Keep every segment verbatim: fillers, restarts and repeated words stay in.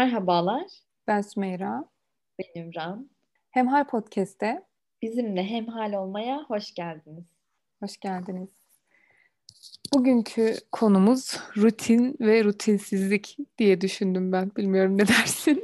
Merhabalar, Ben Sümeyra. ben Ümran. Hemhal Podcast'te Bizimle hemhal olmaya hoş geldiniz. hoş geldiniz. Bugünkü konumuz rutin ve rutinsizlik diye düşündüm ben. Bilmiyorum ne dersin?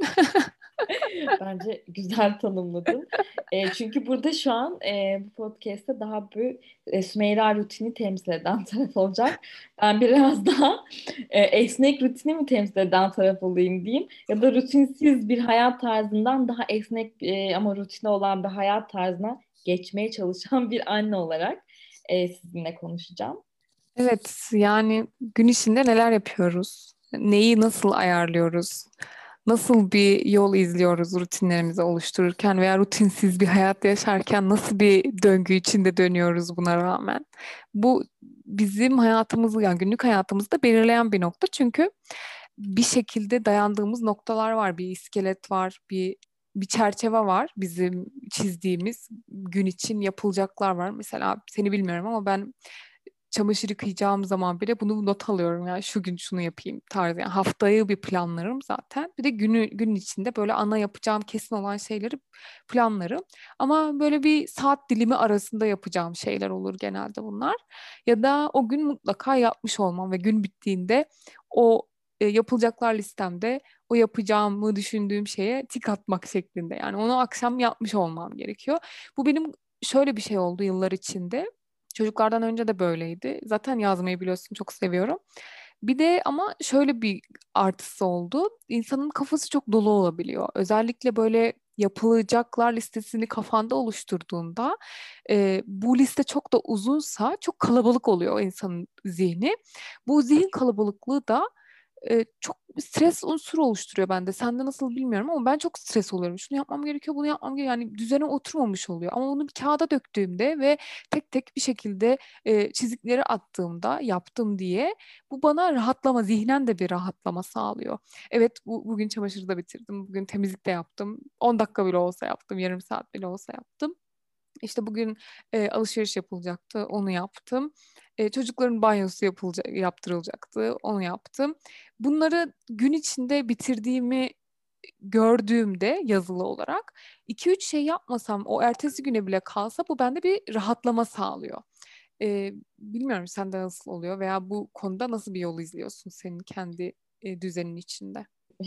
Bence güzel tanımladın. E, çünkü burada şu an e, bu podcast'te daha bir e, Sümeyra rutini temsil eden taraf olacak. Ben biraz daha e, esnek rutini mi temsil eden taraf olayım diyeyim. Ya da rutinsiz bir hayat tarzından daha esnek e, ama rutine olan bir hayat tarzına geçmeye çalışan bir anne olarak e, sizinle konuşacağım. Evet, yani gün içinde neler yapıyoruz? Neyi nasıl ayarlıyoruz? Nasıl bir yol izliyoruz rutinlerimizi oluştururken veya rutinsiz bir hayat yaşarken nasıl bir döngü içinde dönüyoruz buna rağmen? Bu bizim hayatımızı yani günlük hayatımızda belirleyen bir nokta. Çünkü bir şekilde dayandığımız noktalar var. Bir iskelet var, bir bir çerçeve var bizim çizdiğimiz gün için yapılacaklar var. Mesela seni bilmiyorum ama ben çamaşır yıkayacağım zaman bile bunu not alıyorum. Yani şu gün şunu yapayım tarzı. Yani haftayı bir planlarım zaten. Bir de günü gün içinde böyle ana yapacağım kesin olan şeyleri planlarım. Ama böyle bir saat dilimi arasında yapacağım şeyler olur genelde bunlar. Ya da o gün mutlaka yapmış olmam ve gün bittiğinde o e, yapılacaklar listemde o yapacağımı düşündüğüm şeye tik atmak şeklinde. Yani onu akşam yapmış olmam gerekiyor. Bu benim şöyle bir şey oldu yıllar içinde. Çocuklardan önce de böyleydi. Zaten yazmayı biliyorsun çok seviyorum. Bir de ama şöyle bir artısı oldu. İnsanın kafası çok dolu olabiliyor. Özellikle böyle yapılacaklar listesini kafanda oluşturduğunda e, bu liste çok da uzunsa çok kalabalık oluyor o insanın zihni. Bu zihin kalabalıklığı da e, çok stres unsuru oluşturuyor bende. Sende nasıl bilmiyorum ama ben çok stres oluyorum. Şunu yapmam gerekiyor, bunu yapmam gerekiyor. Yani düzene oturmamış oluyor. Ama bunu bir kağıda döktüğümde ve tek tek bir şekilde e, çizikleri attığımda yaptım diye bu bana rahatlama, zihnen de bir rahatlama sağlıyor. Evet bu, bugün çamaşırı da bitirdim. Bugün temizlik de yaptım. on dakika bile olsa yaptım. Yarım saat bile olsa yaptım. İşte bugün e, alışveriş yapılacaktı, onu yaptım. E, çocukların banyosu yapılacak, yaptırılacaktı, onu yaptım. Bunları gün içinde bitirdiğimi gördüğümde yazılı olarak iki üç şey yapmasam o ertesi güne bile kalsa bu bende bir rahatlama sağlıyor. E, bilmiyorum sende nasıl oluyor veya bu konuda nasıl bir yol izliyorsun senin kendi e, düzenin içinde?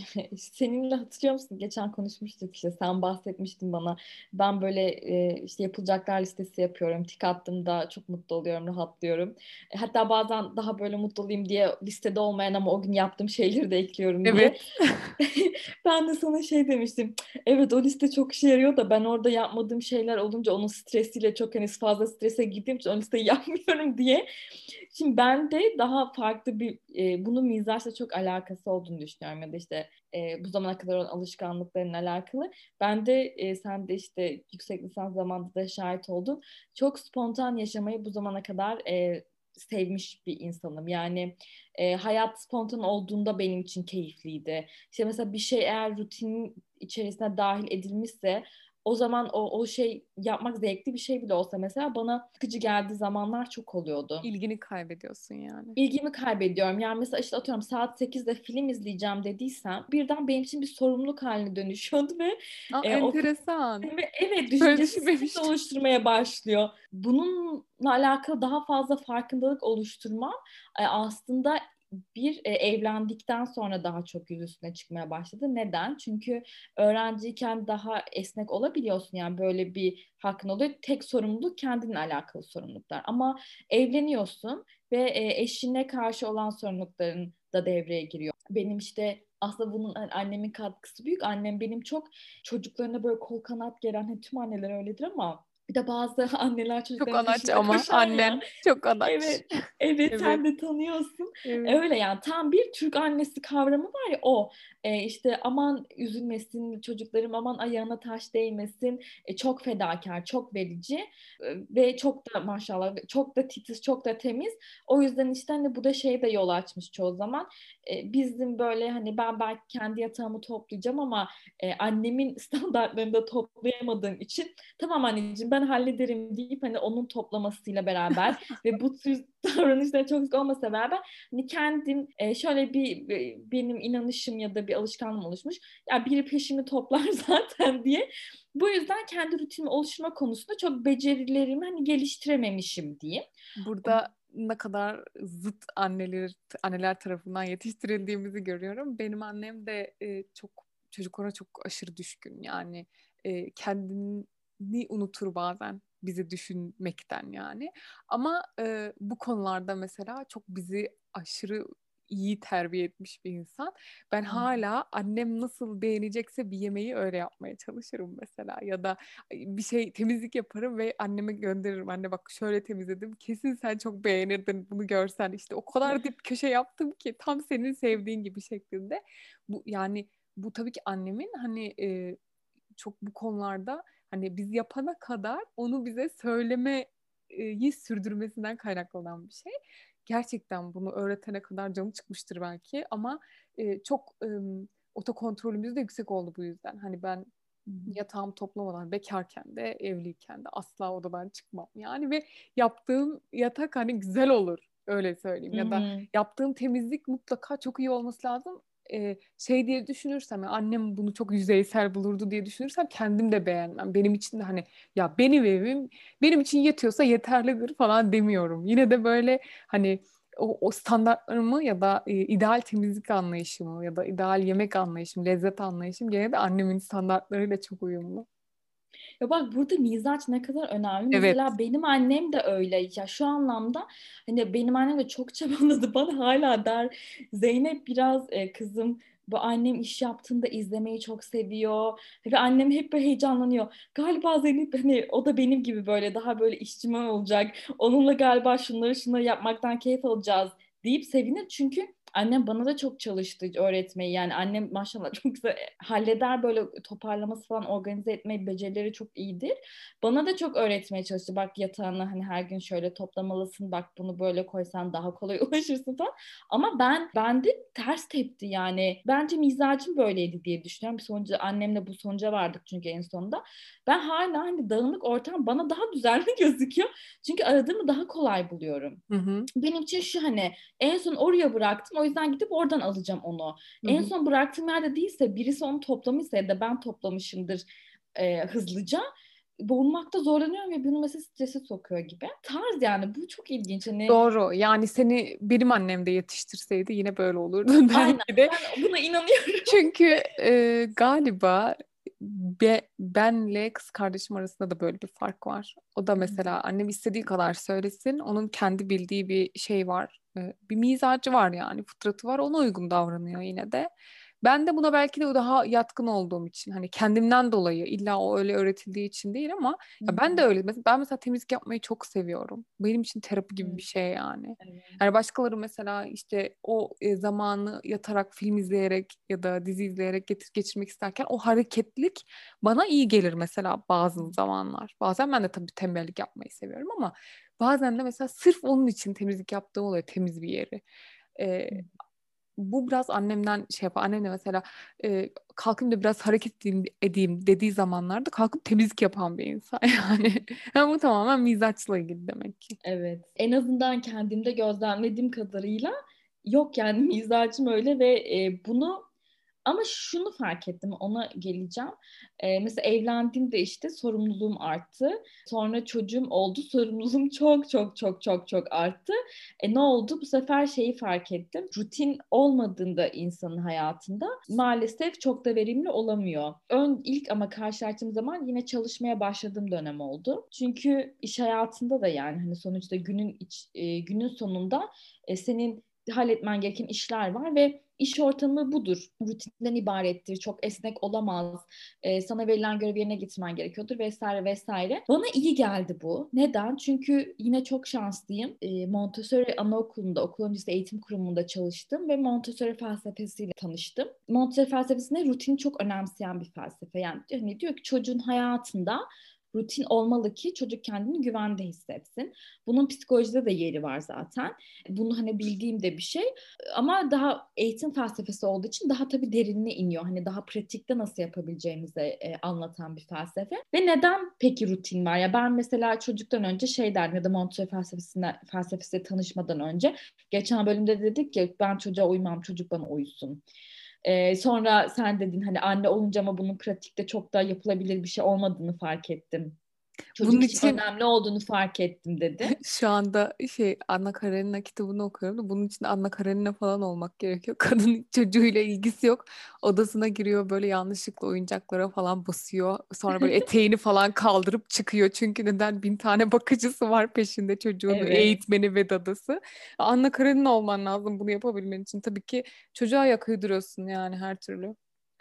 Seninle hatırlıyor musun? Geçen konuşmuştuk işte sen bahsetmiştin bana. Ben böyle e, işte yapılacaklar listesi yapıyorum. Tik attığımda çok mutlu oluyorum, rahatlıyorum. E, hatta bazen daha böyle mutlu olayım diye listede olmayan ama o gün yaptığım şeyleri de ekliyorum diye. Evet. Ben de sana şey demiştim. Evet o liste çok işe yarıyor da ben orada yapmadığım şeyler olunca onun stresiyle çok hani fazla strese gittiğim için o listeyi yapmıyorum diye. Şimdi ben de daha farklı bir e, bunun mizaçla çok alakası olduğunu düşünüyorum ya da işte e, bu zamana kadar olan alışkanlıkların alakalı. Ben de e, sen de işte yüksek lisans zamanında da şahit oldun. Çok spontan yaşamayı bu zamana kadar e, sevmiş bir insanım. Yani e, hayat spontan olduğunda benim için keyifliydi. İşte mesela bir şey eğer rutinin içerisine dahil edilmişse o zaman o, o şey yapmak zevkli bir şey bile olsa mesela bana sıkıcı geldiği zamanlar çok oluyordu. İlgini kaybediyorsun yani. İlgimi kaybediyorum. Yani mesela işte atıyorum saat sekizde film izleyeceğim dediysem birden benim için bir sorumluluk haline dönüşüyordu ve Aa, e, o enteresan. filmi evet Hiç böyle düşüncesi stres düşünmemiştim. oluşturmaya başlıyor. Bununla alakalı daha fazla farkındalık oluşturmam e, aslında bir e, evlendikten sonra daha çok yüz üstüne çıkmaya başladı. Neden? Çünkü öğrenciyken daha esnek olabiliyorsun. Yani böyle bir hakkın oluyor. Tek sorumluluk kendinle alakalı sorumluluklar. Ama evleniyorsun ve e, eşine karşı olan sorumlulukların da devreye giriyor. Benim işte aslında bunun hani annemin katkısı büyük. Annem benim çok çocuklarına böyle kol kanat geren, hani tüm anneler öyledir ama bir de bazı anneler Çok çocukların anaç peşinde ama koşar ya. annen çok anaç. Evet, evet Evet, sen de tanıyorsun. evet. Öyle yani tam bir Türk annesi kavramı var ya o. E, işte aman üzülmesin çocuklarım, aman ayağına taş değmesin. E, çok fedakar, çok verici e, ve çok da maşallah çok da titiz, çok da temiz. O yüzden işte hani bu da şeye de yol açmış çoğu zaman. E, bizim böyle hani ben belki kendi yatağımı toplayacağım ama e, annemin standartlarında toplayamadığım için tamam anneciğim ben ben hallederim deyip hani onun toplamasıyla beraber ve bu tür davranışlara çok sık olmasa beraber hani kendim e, şöyle bir, bir benim inanışım ya da bir alışkanlığım oluşmuş. Ya biri peşimi toplar zaten diye. Bu yüzden kendi rutinimi oluşturma konusunda çok becerilerimi hani geliştirememişim diyeyim. Burada ne kadar zıt anneler anneler tarafından yetiştirildiğimizi görüyorum. Benim annem de e, çok çocuklara çok aşırı düşkün. Yani e, kendini unutur bazen bizi düşünmekten yani. Ama e, bu konularda mesela çok bizi aşırı iyi terbiye etmiş bir insan. Ben hala annem nasıl beğenecekse bir yemeği öyle yapmaya çalışırım mesela. Ya da bir şey temizlik yaparım ve anneme gönderirim. Anne bak şöyle temizledim. Kesin sen çok beğenirdin bunu görsen. İşte o kadar dip köşe yaptım ki tam senin sevdiğin gibi şeklinde. Bu yani bu tabii ki annemin hani e, çok bu konularda hani biz yapana kadar onu bize söylemeyi sürdürmesinden kaynaklanan bir şey. Gerçekten bunu öğretene kadar canı çıkmıştır belki ama e, çok e, otokontrolümüz de yüksek oldu bu yüzden. Hani ben yatağımı toplamadan bekarken de evliyken de asla odadan çıkmam. Yani ve yaptığım yatak hani güzel olur öyle söyleyeyim Hı ya da hı. yaptığım temizlik mutlaka çok iyi olması lazım. Ee, şey diye düşünürsem yani annem bunu çok yüzeysel bulurdu diye düşünürsem kendim de beğenmem. Benim için de hani ya benim evim benim için yetiyorsa yeterlidir falan demiyorum. Yine de böyle hani o, o standartlarımı ya da e, ideal temizlik anlayışımı ya da ideal yemek anlayışım, lezzet anlayışım gene de annemin standartlarıyla çok uyumlu. Ya bak burada mizaç ne kadar önemli. Evet. Mesela benim annem de öyle. Ya şu anlamda hani benim annem de çok çabaladı. Bana hala der Zeynep biraz e, kızım bu annem iş yaptığında izlemeyi çok seviyor. Ve annem hep böyle heyecanlanıyor. Galiba Zeynep hani o da benim gibi böyle daha böyle işçimen olacak. Onunla galiba şunları şunları yapmaktan keyif alacağız deyip sevinir. Çünkü annem bana da çok çalıştı öğretmeyi. Yani annem maşallah çok güzel halleder böyle toparlaması falan organize etmeyi becerileri çok iyidir. Bana da çok öğretmeye çalıştı. Bak yatağını hani her gün şöyle toplamalısın. Bak bunu böyle koysan daha kolay ulaşırsın falan. Ama ben bende ters tepti yani. Bence mizacım böyleydi diye düşünüyorum. Bir sonucu annemle bu sonuca vardık çünkü en sonunda. Ben hala hani dağınık ortam bana daha düzenli gözüküyor. Çünkü aradığımı daha kolay buluyorum. Hı hı. Benim için şu hani en son oraya bıraktım o yüzden gidip oradan alacağım onu. Hı En hı. son bıraktığım yerde değilse birisi onu toplamışsa ya da ben toplamışımdır e, hızlıca bulmakta zorlanıyorum ve bunu mesela strese sokuyor gibi. Tarz yani bu çok ilginç hani Doğru. Yani seni benim annem de yetiştirseydi yine böyle olurdu aynen belki de. ben buna inanıyorum. Çünkü e, galiba be, benle kız kardeşim arasında da böyle bir fark var. O da mesela annem istediği kadar söylesin. Onun kendi bildiği bir şey var. E, bir mizacı var yani fıtratı var. Ona uygun davranıyor yine de. Ben de buna belki de daha yatkın olduğum için hani kendimden dolayı illa o öyle öğretildiği için değil ama ya ben de öyle. Mesela ben mesela temizlik yapmayı çok seviyorum. Benim için terapi gibi bir şey yani. Evet. Yani başkaları mesela işte o e, zamanı yatarak film izleyerek ya da dizi izleyerek getir, geçirmek isterken o hareketlik bana iyi gelir mesela bazı zamanlar. Bazen ben de tabii tembellik yapmayı seviyorum ama bazen de mesela sırf onun için temizlik yaptığım oluyor temiz bir yeri. E, Bu biraz annemden şey yapar. Annem de mesela e, kalkayım da biraz hareket edeyim, edeyim dediği zamanlarda kalkıp temizlik yapan bir insan yani. Yani bu tamamen mizaçla ilgili demek ki. Evet. En azından kendimde gözlemlediğim kadarıyla yok yani mizacım öyle ve e, bunu ama şunu fark ettim ona geleceğim. E, mesela evlendiğimde işte sorumluluğum arttı. Sonra çocuğum oldu sorumluluğum çok çok çok çok çok arttı. E, ne oldu? Bu sefer şeyi fark ettim. Rutin olmadığında insanın hayatında maalesef çok da verimli olamıyor. Ön ilk ama karşılaştığım zaman yine çalışmaya başladığım dönem oldu. Çünkü iş hayatında da yani hani sonuçta günün iç, e, günün sonunda e, senin halletmen gereken işler var ve iş ortamı budur. Rutinden ibarettir. Çok esnek olamaz. E, sana verilen görevi yerine getirmen gerekiyordur vesaire vesaire. Bana iyi geldi bu. Neden? Çünkü yine çok şanslıyım. E, Montessori Anaokulu'nda, okul öncesi eğitim kurumunda çalıştım ve Montessori felsefesiyle tanıştım. Montessori felsefesinde rutini çok önemseyen bir felsefe. Yani hani diyor ki çocuğun hayatında rutin olmalı ki çocuk kendini güvende hissetsin. Bunun psikolojide de yeri var zaten. Bunu hani bildiğim de bir şey. Ama daha eğitim felsefesi olduğu için daha tabii derinine iniyor. Hani daha pratikte nasıl yapabileceğimizi e, anlatan bir felsefe. Ve neden peki rutin var? Ya ben mesela çocuktan önce şey derdim ya da Montessori felsefesine, felsefesiyle tanışmadan önce geçen bölümde dedik ki ben çocuğa uymam, çocuk bana uysun. Ee, sonra sen dedin hani anne olunca ama bunun pratikte çok da yapılabilir bir şey olmadığını fark ettim. Bunun Çocuk için için önemli olduğunu fark ettim dedi. şu anda şey Anna Karenina kitabını okuyorum da bunun için Anna Karenina falan olmak gerekiyor. Kadın çocuğuyla ilgisi yok. Odasına giriyor böyle yanlışlıkla oyuncaklara falan basıyor. Sonra böyle eteğini falan kaldırıp çıkıyor. Çünkü neden bin tane bakıcısı var peşinde çocuğun ve Evet. eğitmeni ve dadısı. Anna Karenina olman lazım bunu yapabilmen için. Tabii ki çocuğa ayak uyduruyorsun yani her türlü.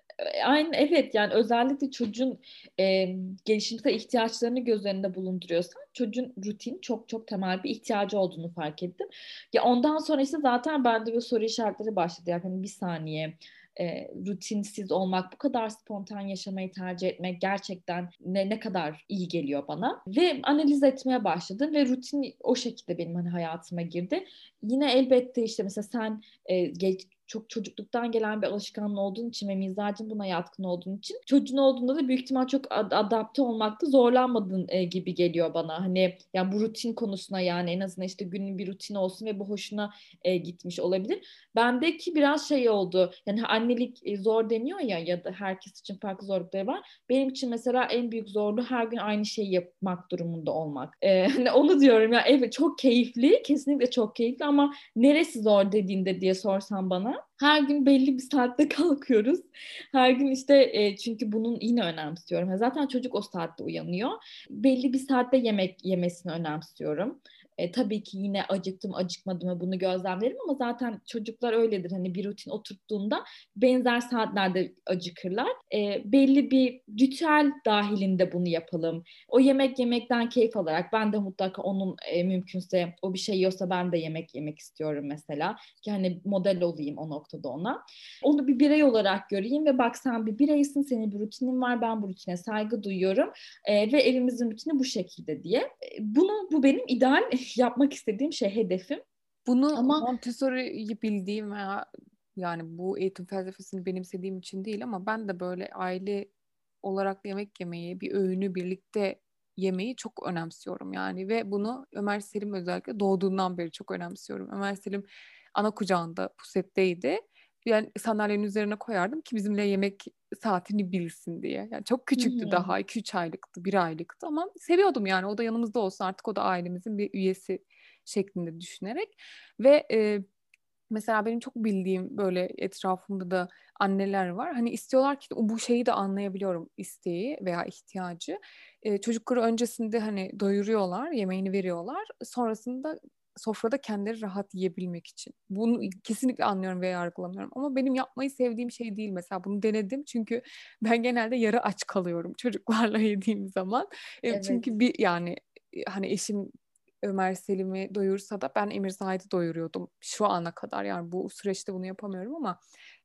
Aynı evet yani özellikle çocuğun e, gelişimsel ihtiyaçlarını göz önünde bulunduruyorsan çocuğun rutin çok çok temel bir ihtiyacı olduğunu fark ettim. Ya ondan sonra işte zaten bende böyle soru işaretleri başladı. Yani hani bir saniye e, rutinsiz olmak, bu kadar spontan yaşamayı tercih etmek gerçekten ne ne kadar iyi geliyor bana. Ve analiz etmeye başladım ve rutin o şekilde benim hani hayatıma girdi. Yine elbette işte mesela sen e, geç, çok çocukluktan gelen bir alışkanlığın olduğun için ve mizacın buna yatkın olduğun için çocuğun olduğunda da büyük ihtimal çok ad- adapte olmakta zorlanmadın e, gibi geliyor bana. Hani yani bu rutin konusuna yani en azından işte günün bir rutini olsun ve bu hoşuna e, gitmiş olabilir. Bendeki biraz şey oldu. Yani annelik e, zor deniyor ya ya da herkes için farklı zorlukları var. Benim için mesela en büyük zorluğu her gün aynı şeyi yapmak durumunda olmak. E, hani onu diyorum ya evet çok keyifli, kesinlikle çok keyifli ama neresi zor dediğinde diye sorsan bana. Her gün belli bir saatte kalkıyoruz. Her gün işte e, çünkü bunun yine önemsiyorum. Ha, zaten çocuk o saatte uyanıyor. Belli bir saatte yemek yemesini önemsiyorum. E, tabii ki yine acıktım acıkmadım mı bunu gözlemlerim ama zaten çocuklar öyledir. Hani bir rutin oturttuğunda benzer saatlerde acıkırlar. E, belli bir ritüel dahilinde bunu yapalım. O yemek yemekten keyif alarak ben de mutlaka onun e, mümkünse o bir şey yiyorsa ben de yemek yemek istiyorum mesela. Ki hani model olayım o noktada ona. Onu bir birey olarak göreyim ve bak sen bir bireysin, senin bir rutinin var, ben bu rutine saygı duyuyorum e, ve evimizin rutini bu şekilde diye. E, bunu bu benim ideal yapmak istediğim şey, hedefim. Bunu Ama Montessori'yi bildiğim veya yani bu eğitim felsefesini benimsediğim için değil ama ben de böyle aile olarak yemek yemeyi, bir öğünü birlikte yemeyi çok önemsiyorum yani ve bunu Ömer Selim özellikle doğduğundan beri çok önemsiyorum. Ömer Selim ana kucağında pusetteydi. Yani sandalyenin üzerine koyardım ki bizimle yemek saatini bilsin diye. Yani çok hı küçüktü hı, daha iki üç aylıktı, bir aylıktı ama seviyordum yani o da yanımızda olsun artık o da ailemizin bir üyesi şeklinde düşünerek ve e, mesela benim çok bildiğim böyle etrafımda da anneler var. Hani istiyorlar ki bu şeyi de anlayabiliyorum isteği veya ihtiyacı. E, çocukları öncesinde hani doyuruyorlar, yemeğini veriyorlar. Sonrasında sofrada kendileri rahat yiyebilmek için. Bunu kesinlikle anlıyorum ve yargılamıyorum. Ama benim yapmayı sevdiğim şey değil mesela. Bunu denedim çünkü ben genelde yarı aç kalıyorum çocuklarla yediğim zaman. E, evet. çünkü bir yani e, hani eşim Ömer Selim'i doyursa da ben Emir Zahit'i doyuruyordum şu ana kadar. Yani bu süreçte bunu yapamıyorum ama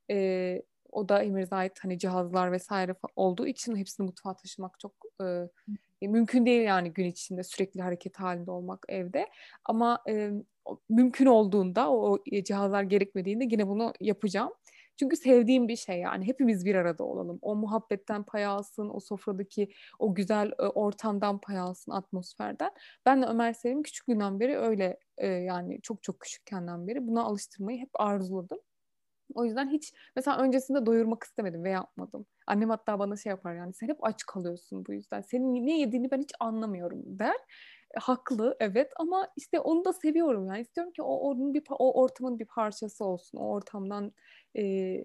e, o da Emir Zahit hani cihazlar vesaire fa- olduğu için hepsini mutfağa taşımak çok e, mümkün değil yani gün içinde sürekli hareket halinde olmak evde. Ama e, o- mümkün olduğunda o, o cihazlar gerekmediğinde yine bunu yapacağım. Çünkü sevdiğim bir şey yani hepimiz bir arada olalım. O muhabbetten pay alsın, o sofradaki o güzel e, ortamdan pay alsın, atmosferden. Ben de Ömer Selim'i küçüklüğünden beri öyle e, yani çok çok küçükkenden beri buna alıştırmayı hep arzuladım. O yüzden hiç mesela öncesinde doyurmak istemedim ve yapmadım. Annem hatta bana şey yapar yani sen hep aç kalıyorsun bu yüzden. Senin ne yediğini ben hiç anlamıyorum der. E, haklı evet ama işte onu da seviyorum yani. İstiyorum ki o onun bir pa- o ortamın bir parçası olsun. O ortamdan e,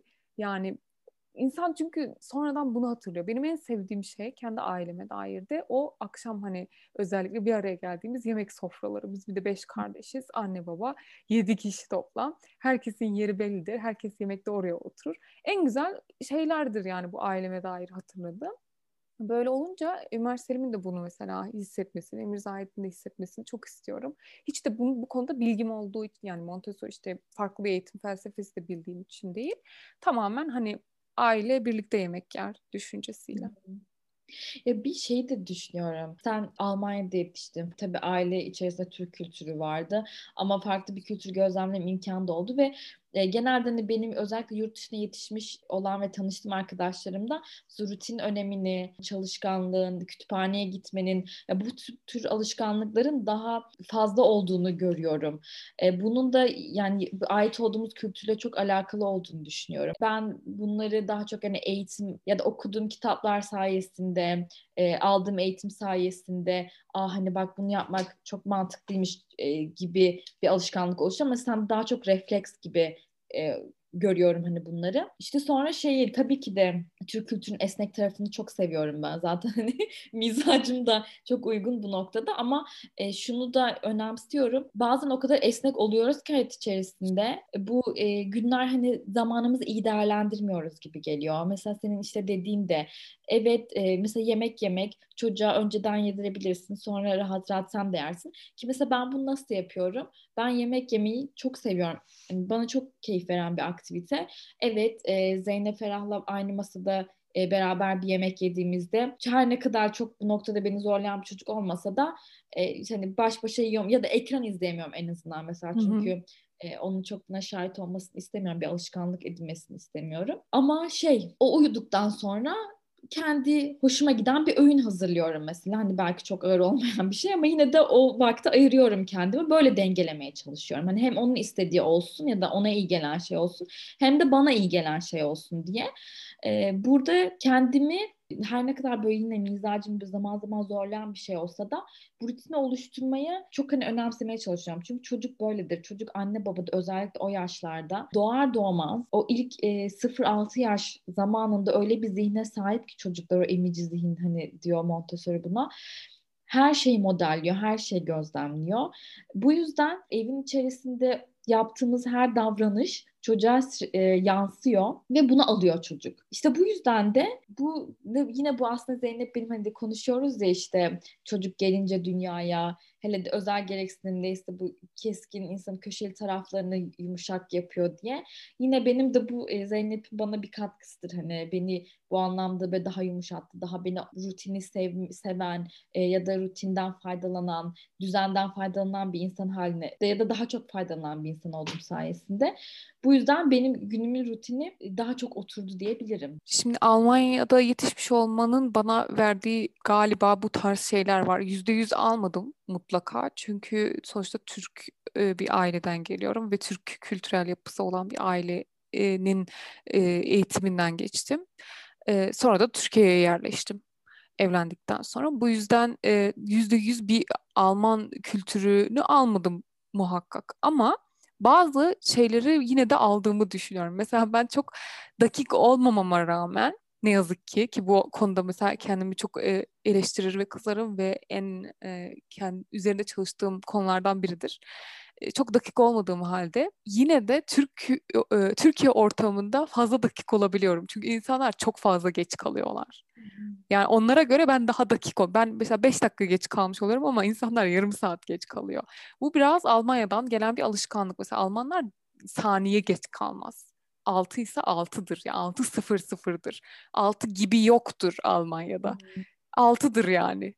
yani İnsan çünkü sonradan bunu hatırlıyor. Benim en sevdiğim şey kendi aileme dair de o akşam hani özellikle bir araya geldiğimiz yemek sofraları. Biz bir de beş kardeşiz. Anne baba yedi kişi toplam. Herkesin yeri bellidir. Herkes yemekte oraya oturur. En güzel şeylerdir yani bu aileme dair hatırladığım. Böyle olunca Ömer Selim'in de bunu mesela hissetmesini, Emir Zahit'in de hissetmesini çok istiyorum. Hiç de bu, bu konuda bilgim olduğu için yani Montessori işte farklı bir eğitim felsefesi de bildiğim için değil. Tamamen hani aile birlikte yemek yer düşüncesiyle. Ya bir şey de düşünüyorum. Sen Almanya'da yetiştin. Tabii aile içerisinde Türk kültürü vardı. Ama farklı bir kültür gözlemleme imkanı da oldu ve e, genelde hani benim özellikle yurt dışına yetişmiş olan ve tanıştığım arkadaşlarım da rutin önemini, çalışkanlığın, kütüphaneye gitmenin, ya bu tür, tür alışkanlıkların daha fazla olduğunu görüyorum. E, bunun da yani ait olduğumuz kültürle çok alakalı olduğunu düşünüyorum. Ben bunları daha çok hani eğitim ya da okuduğum kitaplar sayesinde, e, aldığım eğitim sayesinde, ah hani bak bunu yapmak çok mantıklıymış e, gibi bir alışkanlık oluşuyor ama sen daha çok refleks gibi e, görüyorum hani bunları. İşte sonra şey tabii ki de Türk kültürünün esnek tarafını çok seviyorum ben zaten hani mizacım da çok uygun bu noktada ama e, şunu da önemsiyorum. Bazen o kadar esnek oluyoruz ki hayat içerisinde bu e, günler hani zamanımızı iyi değerlendirmiyoruz gibi geliyor. Mesela senin işte dediğin de evet e, mesela yemek yemek çocuğa önceden yedirebilirsin sonra rahat rahat sen de yersin. Ki mesela ben bunu nasıl yapıyorum? Ben yemek yemeyi çok seviyorum. Yani bana çok keyif veren bir aktivite. Evet, e, Zeynep Ferah'la aynı masada e, beraber bir yemek yediğimizde her ne kadar çok bu noktada beni zorlayan bir çocuk olmasa da e, hani baş başa yiyorum ya da ekran izleyemiyorum en azından mesela Hı hı. çünkü e, onun çok buna şahit olmasını istemiyorum, bir alışkanlık edinmesini istemiyorum. Ama şey o uyuduktan sonra kendi hoşuma giden bir öğün hazırlıyorum mesela. Hani belki çok ağır olmayan bir şey ama yine de o vakti ayırıyorum kendime. Böyle dengelemeye çalışıyorum. Hani hem onun istediği olsun ya da ona iyi gelen şey olsun hem de bana iyi gelen şey olsun diye. Ee, burada kendimi her ne kadar böyle yine mizacım bir zaman zaman zorlayan bir şey olsa da bu rutini oluşturmaya çok hani önemsemeye çalışıyorum. Çünkü çocuk böyledir. Çocuk anne babada özellikle o yaşlarda doğar doğmaz o ilk e, sıfır altı yaş zamanında öyle bir zihne sahip ki çocuklar o emici zihin hani diyor Montessori buna. Her şeyi modelliyor, her şeyi gözlemliyor. Bu yüzden evin içerisinde yaptığımız her davranış çocuğa e, yansıyor ve bunu alıyor çocuk. İşte bu yüzden de bu yine bu aslında Zeynep benim hani de konuşuyoruz ya işte çocuk gelince dünyaya hele de özel gereksinimdeyse bu keskin insan köşeli taraflarını yumuşak yapıyor diye. Yine benim de bu e, Zeynep'in bana bir katkısıdır. Hani beni bu anlamda ve daha yumuşattı. Daha beni rutini sev, seven e, ya da rutinden faydalanan, düzenden faydalanan bir insan haline ya da daha çok faydalanan bir insan oldum sayesinde. Bu yüzden benim günümün rutini daha çok oturdu diyebilirim. Şimdi Almanya'da yetişmiş olmanın bana verdiği galiba bu tarz şeyler var. Yüzde yüz almadım mutlaka. Çünkü sonuçta Türk e, bir aileden geliyorum ve Türk kültürel yapısı olan bir ailenin e, eğitiminden geçtim. E, sonra da Türkiye'ye yerleştim evlendikten sonra. Bu yüzden e, yüzde yüz bir Alman kültürünü almadım muhakkak. Ama bazı şeyleri yine de aldığımı düşünüyorum. Mesela ben çok dakik olmamama rağmen ne yazık ki ki bu konuda mesela kendimi çok e, eleştirir ve kızarım ve en e, kendi üzerinde çalıştığım konulardan biridir. E, çok dakik olmadığım halde yine de Türk e, Türkiye ortamında fazla dakik olabiliyorum. Çünkü insanlar çok fazla geç kalıyorlar. Yani onlara göre ben daha dakik ol. Ben mesela beş dakika geç kalmış oluyorum ama insanlar yarım saat geç kalıyor. Bu biraz Almanya'dan gelen bir alışkanlık. Mesela Almanlar saniye geç kalmaz. Altı ise altıdır. Yani altı sıfır sıfırdır. Altı gibi yoktur Almanya'da. Altıdır yani.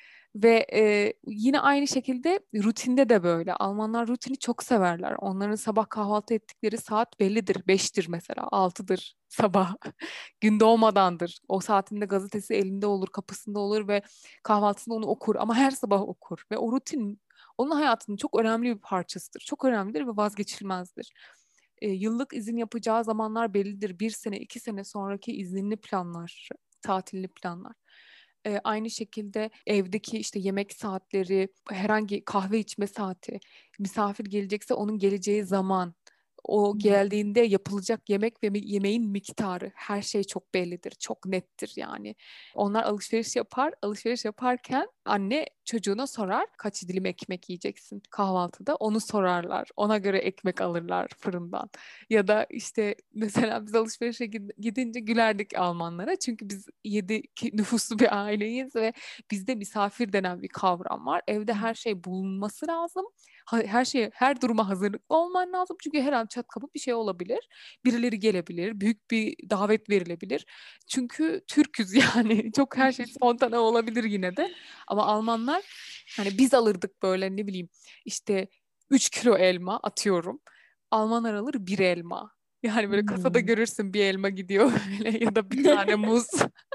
Ve e, yine aynı şekilde rutinde de böyle. Almanlar rutini çok severler. Onların sabah kahvaltı ettikleri saat bellidir. Beştir mesela, altıdır sabah. Gün doğmadandır. O saatinde gazetesi elinde olur, kapısında olur ve kahvaltısında onu okur. Ama her sabah okur. Ve o rutin onun hayatının çok önemli bir parçasıdır. Çok önemlidir ve vazgeçilmezdir. E, yıllık izin yapacağı zamanlar bellidir. Bir sene, iki sene sonraki izinli planlar, tatilli planlar. E, aynı şekilde evdeki işte yemek saatleri, herhangi kahve içme saati, misafir gelecekse onun geleceği zaman, o geldiğinde yapılacak yemek ve yemeğin miktarı, her şey çok bellidir, çok nettir yani. Onlar alışveriş yapar, alışveriş yaparken anne çocuğuna sorar kaç dilim ekmek yiyeceksin kahvaltıda, onu sorarlar. Ona göre ekmek alırlar fırından. Ya da işte mesela biz alışverişe gidince gülerdik Almanlara. Çünkü biz yedi nüfuslu bir aileyiz ve bizde misafir denen bir kavram var. Evde her şey bulunması lazım. Her şey, her duruma hazırlıklı olman lazım. Çünkü her an çat kapı bir şey olabilir. Birileri gelebilir, büyük bir davet verilebilir. Çünkü Türküz yani. Çok her şey spontane olabilir yine de. Ama Almanlar hani biz alırdık böyle ne bileyim işte üç kilo elma atıyorum. Almanlar alır bir elma. Yani böyle kasada Hmm. görürsün bir elma gidiyor böyle ya da bir tane muz.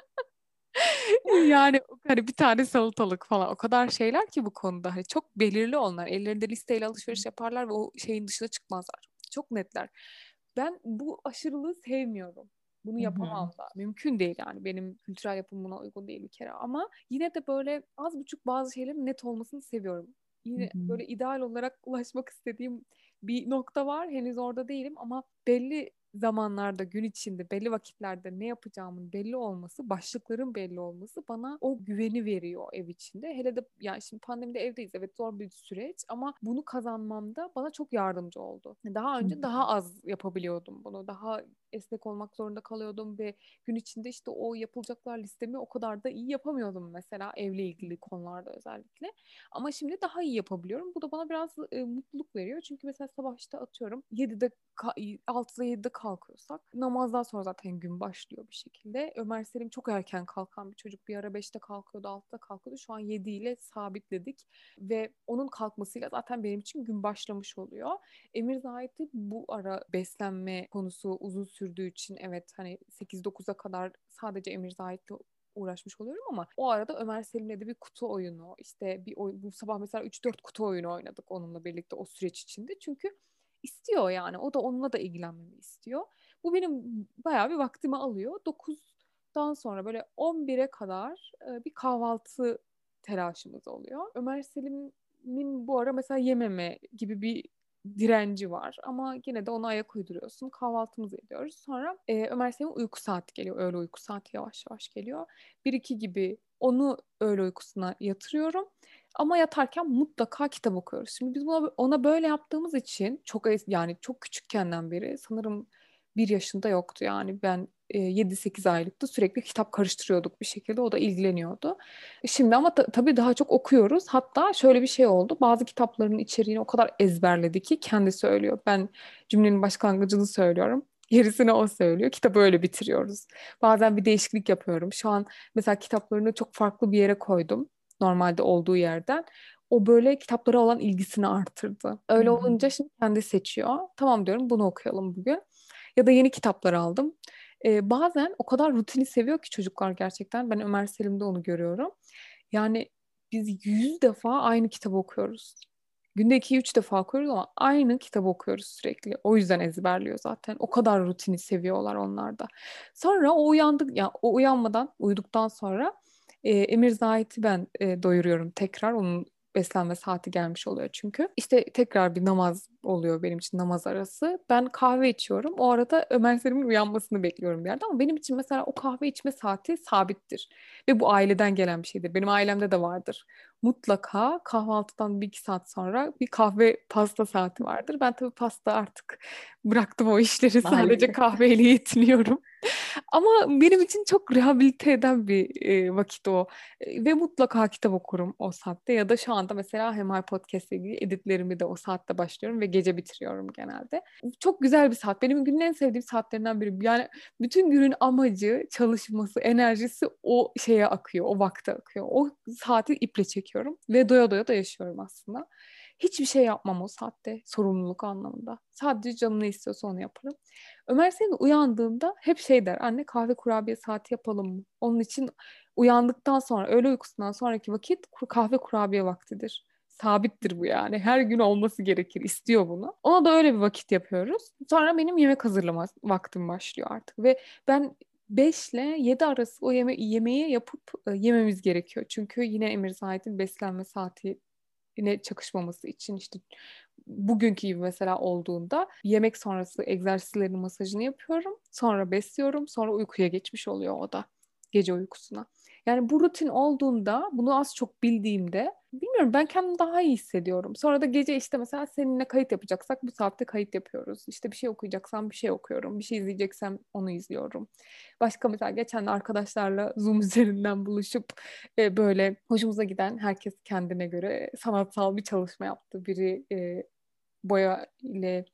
Yani hani bir tane salatalık falan. O kadar şeyler ki bu konuda. Hani çok belirli onlar. Ellerinde listeyle alışveriş yaparlar ve o şeyin dışına çıkmazlar. Çok netler. Ben bu aşırılığı sevmiyorum. Bunu Hı hı. yapamam da. Mümkün değil yani. Benim kültürel yapım buna uygun değil bir kere. Ama yine de böyle az buçuk bazı şeylerin net olmasını seviyorum. Hı Yine hı. böyle ideal olarak ulaşmak istediğim bir nokta var. Henüz orada değilim ama belli zamanlarda, gün içinde, belli vakitlerde ne yapacağımın belli olması, başlıkların belli olması bana o güveni veriyor ev içinde. Hele de yani şimdi pandemide evdeyiz. Evet, zor bir süreç ama bunu kazanmamda bana çok yardımcı oldu. Daha Hı önce daha az yapabiliyordum bunu. Daha esnek olmak zorunda kalıyordum ve gün içinde işte o yapılacaklar listemi o kadar da iyi yapamıyordum mesela evle ilgili konularda özellikle. Ama şimdi daha iyi yapabiliyorum. Bu da bana biraz e, mutluluk veriyor. Çünkü mesela sabah işte atıyorum yedide ka- altıda yedide kalkıyorsak namazdan sonra zaten gün başlıyor bir şekilde. Ömer Selim çok erken kalkan bir çocuk. Bir ara beşte kalkıyordu, altıda kalkıyordu. Şu an yedi ile sabitledik ve onun kalkmasıyla zaten benim için gün başlamış oluyor. Emir Zahit'i bu ara beslenme konusu uzun sürdüğü için evet hani sekiz dokuza kadar sadece Emir Zahit'le uğraşmış oluyorum ama o arada Ömer Selim'le de bir kutu oyunu işte bir oy- bu sabah mesela üç dört kutu oyunu oynadık onunla birlikte o süreç içinde. Çünkü istiyor yani. O da onunla da ilgilenmemi istiyor. Bu benim bayağı bir vaktimi alıyor. dokuzdan sonra böyle on bire kadar e, bir kahvaltı telaşımız oluyor. Ömer Selim'in bu ara mesela yememe gibi bir direnci var. Ama yine de ona ayak uyduruyorsun. Kahvaltımızı ediyoruz. Sonra e, Ömer Selim'in uyku saati geliyor. Öğle uyku saati yavaş yavaş geliyor. Bir iki gibi onu öğle uykusuna yatırıyorum. Ama yatarken mutlaka kitap okuyoruz. Şimdi biz buna, ona böyle yaptığımız için çok es- yani çok küçükkenden beri sanırım bir yaşında yoktu yani ben e, yedi sekiz aylıktı sürekli kitap karıştırıyorduk bir şekilde o da ilgileniyordu. E, Şimdi ama ta- tabii daha çok okuyoruz. Hatta şöyle bir şey oldu. Bazı kitapların içeriğini o kadar ezberledi ki kendi söylüyor. Ben cümlenin başlangıcını söylüyorum. Gerisini o söylüyor. Kitabı öyle bitiriyoruz. Bazen bir değişiklik yapıyorum. Şu an mesela kitaplarını çok farklı bir yere koydum normalde olduğu yerden. O böyle kitaplara olan ilgisini artırdı. hı. Öyle olunca şimdi kendi seçiyor. Tamam diyorum bunu okuyalım bugün. Ya da yeni kitaplar aldım. Ee, bazen o kadar rutini seviyor ki çocuklar gerçekten. Ben Ömer Selim'de onu görüyorum. Yani biz yüz defa aynı kitabı okuyoruz. Günde iki üç defa okuyoruz ama aynı kitabı okuyoruz sürekli. O yüzden ezberliyor zaten. O kadar rutini seviyorlar onlar da. Sonra o uyandık ya o uyanmadan uyuduktan sonra e, Emir Zahit'i ben e, doyuruyorum tekrar. Onun beslenme saati gelmiş oluyor çünkü. İşte tekrar bir namaz oluyor benim için namaz arası. Ben kahve içiyorum. O arada Ömer Selim'in uyanmasını bekliyorum bir yerde ama benim için mesela o kahve içme saati sabittir. Ve bu aileden gelen bir şeydir. Benim ailemde de vardır. Mutlaka kahvaltıdan bir iki saat sonra bir kahve pasta saati vardır. Ben tabii pasta artık bıraktım o işleri. Sadece Maalesef. kahveyle yetiniyorum. Ama benim için çok rehabilite eden bir e, vakit o. E, ve mutlaka kitap okurum o saatte. Ya da şu anda mesela Hemel Podcast ile ilgili editlerimi de o saatte başlıyorum ve gece bitiriyorum genelde. Çok güzel bir saat. Benim günün en sevdiğim saatlerinden biri. Yani bütün günün amacı, çalışması, enerjisi o şeye akıyor, o vakte akıyor. O saati iple çekiyorum ve doya doya da yaşıyorum aslında. Hiçbir şey yapmam o saatte sorumluluk anlamında. Sadece canım ne istiyorsa onu yaparım. Ömer senin uyandığında hep şey der. Anne kahve kurabiye saati yapalım mı? Onun için uyandıktan sonra öğle uykusundan sonraki vakit kur- kahve kurabiye vaktidir. Sabittir bu yani. Her gün olması gerekir. İstiyor bunu. Ona da öyle bir vakit yapıyoruz. Sonra benim yemek hazırlama vaktim başlıyor artık. Ve ben beş ile yedi arası o yeme yemeği yapıp e, yememiz gerekiyor. Çünkü yine Emir Zahit'in beslenme saati yine çakışmaması için işte bugünkü gibi mesela olduğunda yemek sonrası egzersizlerin masajını yapıyorum. Sonra besliyorum. Sonra uykuya geçmiş oluyor o da. Gece uykusuna. Yani bu rutin olduğunda bunu az çok bildiğimde bilmiyorum ben kendimi daha iyi hissediyorum. Sonra da gece işte mesela seninle kayıt yapacaksak bu saatte kayıt yapıyoruz. İşte bir şey okuyacaksam bir şey okuyorum. Bir şey izleyeceksem onu izliyorum. Başka mesela geçen de arkadaşlarla Zoom üzerinden buluşup e, böyle hoşumuza giden herkes kendine göre sanatsal bir çalışma yaptı. Biri e, boya ile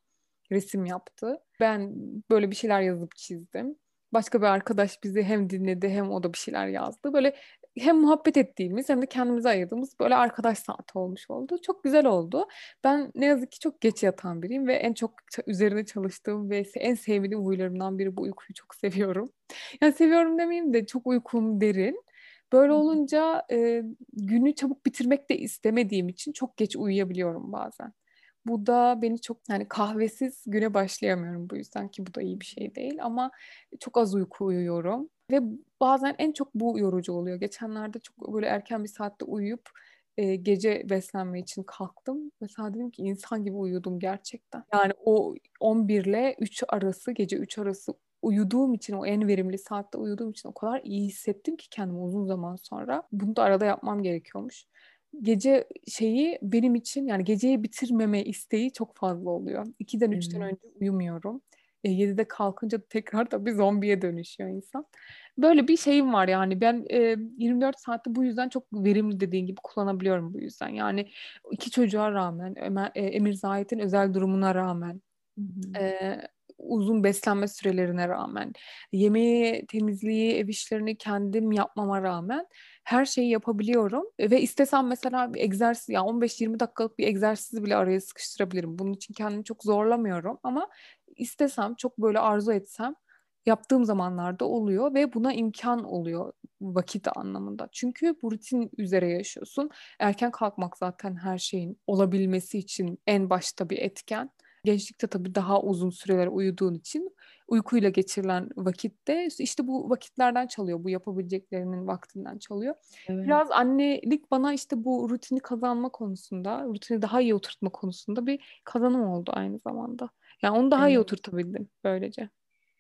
resim yaptı. Ben böyle bir şeyler yazıp çizdim. Başka bir arkadaş bizi hem dinledi hem o da bir şeyler yazdı. Böyle hem muhabbet ettiğimiz hem de kendimize ayırdığımız böyle arkadaş saati olmuş oldu. Çok güzel oldu. Ben ne yazık ki çok geç yatan biriyim ve en çok ç- üzerine çalıştığım ve en sevdiğim huylarımdan biri bu uykuyu çok seviyorum. Yani seviyorum demeyeyim de çok uykum derin. Böyle olunca e, günü çabuk bitirmek de istemediğim için çok geç uyuyabiliyorum bazen. Bu da beni çok, yani kahvesiz güne başlayamıyorum bu yüzden, ki bu da iyi bir şey değil ama çok az uyku uyuyorum ve bazen en çok bu yorucu oluyor. Geçenlerde çok böyle erken bir saatte uyuyup e, gece beslenme için kalktım. Mesela dedim ki insan gibi uyudum gerçekten. Yani o on bir ile üç arası, gece üç arası uyuduğum için, o en verimli saatte uyuduğum için o kadar iyi hissettim ki kendimi uzun zaman sonra. Bunu da arada yapmam gerekiyormuş. Gece şeyi benim için, yani geceyi bitirmeme isteği çok fazla oluyor. ikiden üçten Evet. önce uyumuyorum. E, yedide kalkınca tekrar tabii zombiye dönüşüyor insan. Böyle bir şeyim var yani ben e, yirmi dört saati bu yüzden çok verimli, dediğin gibi kullanabiliyorum bu yüzden. Yani iki çocuğa rağmen, Ömer, e, Emir Zahit'in özel durumuna rağmen, Hı hı. e, uzun beslenme sürelerine rağmen, yemeği, temizliği, ev işlerini kendim yapmama rağmen her şeyi yapabiliyorum. Ve istesem mesela bir egzersiz, ya on beş yirmi dakikalık bir egzersizi bile araya sıkıştırabilirim. Bunun için kendimi çok zorlamıyorum ama istesem, çok böyle arzu etsem yaptığım zamanlarda oluyor ve buna imkan oluyor vakit anlamında. Çünkü bu rutin üzere yaşıyorsun. Erken kalkmak zaten her şeyin olabilmesi için en başta bir etken. Gençlikte tabii daha uzun süreler uyuduğun için uykuyla geçirilen vakitte işte bu vakitlerden çalıyor. Bu yapabileceklerinin vaktinden çalıyor. Evet. Biraz annelik bana işte bu rutini kazanma konusunda, rutini daha iyi oturtma konusunda bir kazanım oldu aynı zamanda. Yani onu daha iyi Evet. oturtabildim böylece.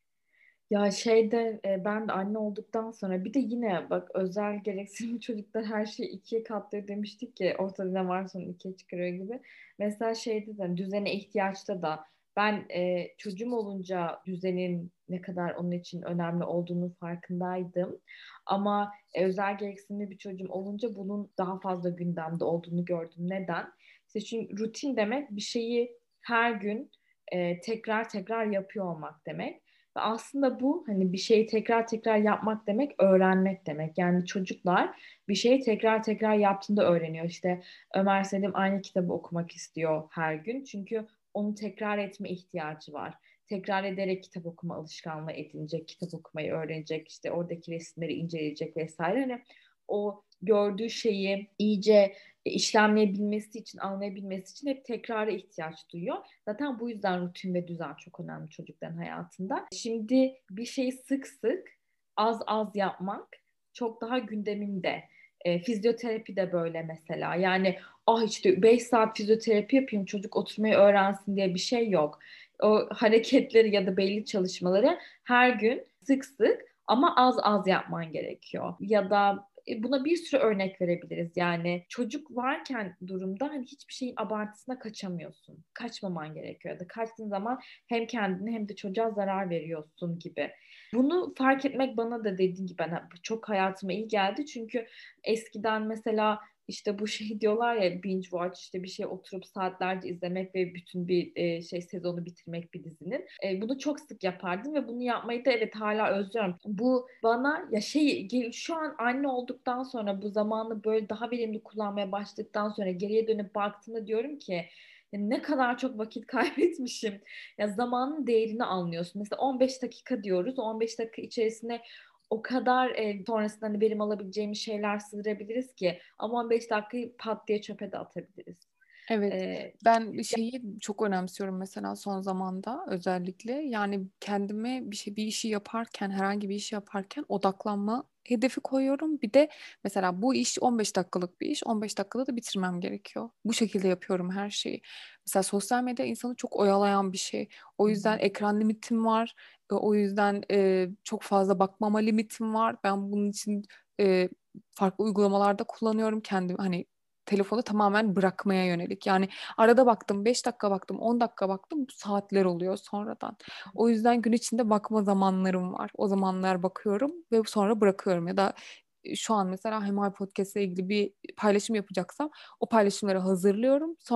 Ya şeyde e, ben de anne olduktan sonra bir de yine bak özel gereksinimli çocuklar her şeyi ikiye katlıyor demiştik ki ortada ne varsa onu ikiye çıkarıyor gibi. Mesela şeyde de düzene ihtiyaçta da ben e, çocuğum olunca düzenin ne kadar onun için önemli olduğunu farkındaydım. Ama e, özel gereksinimli bir çocuğum olunca bunun daha fazla gündemde olduğunu gördüm. Neden? İşte çünkü rutin demek bir şeyi her gün e, tekrar tekrar yapıyor olmak demek. Ve aslında bu hani bir şeyi tekrar tekrar yapmak demek öğrenmek demek. Yani çocuklar bir şeyi tekrar tekrar yaptığında öğreniyor. İşte Ömer Selim aynı kitabı okumak istiyor her gün. Çünkü onu tekrar etme ihtiyacı var. Tekrar ederek kitap okuma alışkanlığı edinecek, kitap okumayı öğrenecek, işte oradaki resimleri inceleyecek vesaire. Hani o gördüğü şeyi iyice işlemleyebilmesi için, anlayabilmesi için hep tekrara ihtiyaç duyuyor. Zaten bu yüzden rutin ve düzen çok önemli çocukların hayatında. Şimdi bir şeyi sık sık az az yapmak çok daha gündemimde. E, fizyoterapi de böyle mesela. Yani ah işte beş saat fizyoterapi yapayım çocuk oturmayı öğrensin diye bir şey yok. O hareketleri ya da belli çalışmaları her gün sık sık ama az az yapman gerekiyor. Ya da e, buna bir sürü örnek verebiliriz. Yani çocuk varken durumda hani hiçbir şeyin abartısına kaçamıyorsun. Kaçmaman gerekiyor ya da kaçtığın zaman hem kendine hem de çocuğa zarar veriyorsun gibi. Bunu fark etmek bana da dediğim gibi hani çok hayatıma iyi geldi. Çünkü eskiden mesela işte bu şey diyorlar ya binge watch işte bir şey oturup saatlerce izlemek ve bütün bir e, şey sezonu bitirmek bir dizinin. E, bunu çok sık yapardım ve bunu yapmayı da evet hala özlüyorum. Bu bana ya şey gel- şu an anne olduktan sonra bu zamanı böyle daha verimli kullanmaya başladıktan sonra geriye dönüp baktığımda diyorum ki ya ne kadar çok vakit kaybetmişim. Ya zamanın değerini anlıyorsun. Mesela on beş dakika diyoruz. on beş dakika içerisinde o kadar e, sonrasında hani verim alabileceğimiz şeyler sığdırabiliriz ki ama on beş dakikayı pat diye çöpe de atabiliriz. Evet, E, ben şeyi çok önemsiyorum mesela son zamanda özellikle. Yani kendime bir şey, bir işi yaparken, herhangi bir işi yaparken odaklanma hedefi koyuyorum. Bir de mesela bu iş on beş dakikalık bir iş, on beş dakikada da bitirmem gerekiyor. Bu şekilde yapıyorum her şeyi. Mesela sosyal medya insanı çok oyalayan bir şey. O yüzden ekran limitim var. E, O yüzden e, çok fazla bakmama limitim var. Ben bunun için e, farklı uygulamalarda kullanıyorum kendim. Hani telefonu tamamen bırakmaya yönelik. Yani arada baktım, beş dakika baktım, on dakika baktım, bu saatler oluyor sonradan. O yüzden gün içinde bakma zamanlarım var. O zamanlar bakıyorum ve sonra bırakıyorum. Ya da şu an mesela Hemal Podcast'le ilgili bir paylaşım yapacaksam o paylaşımları hazırlıyorum. Sonra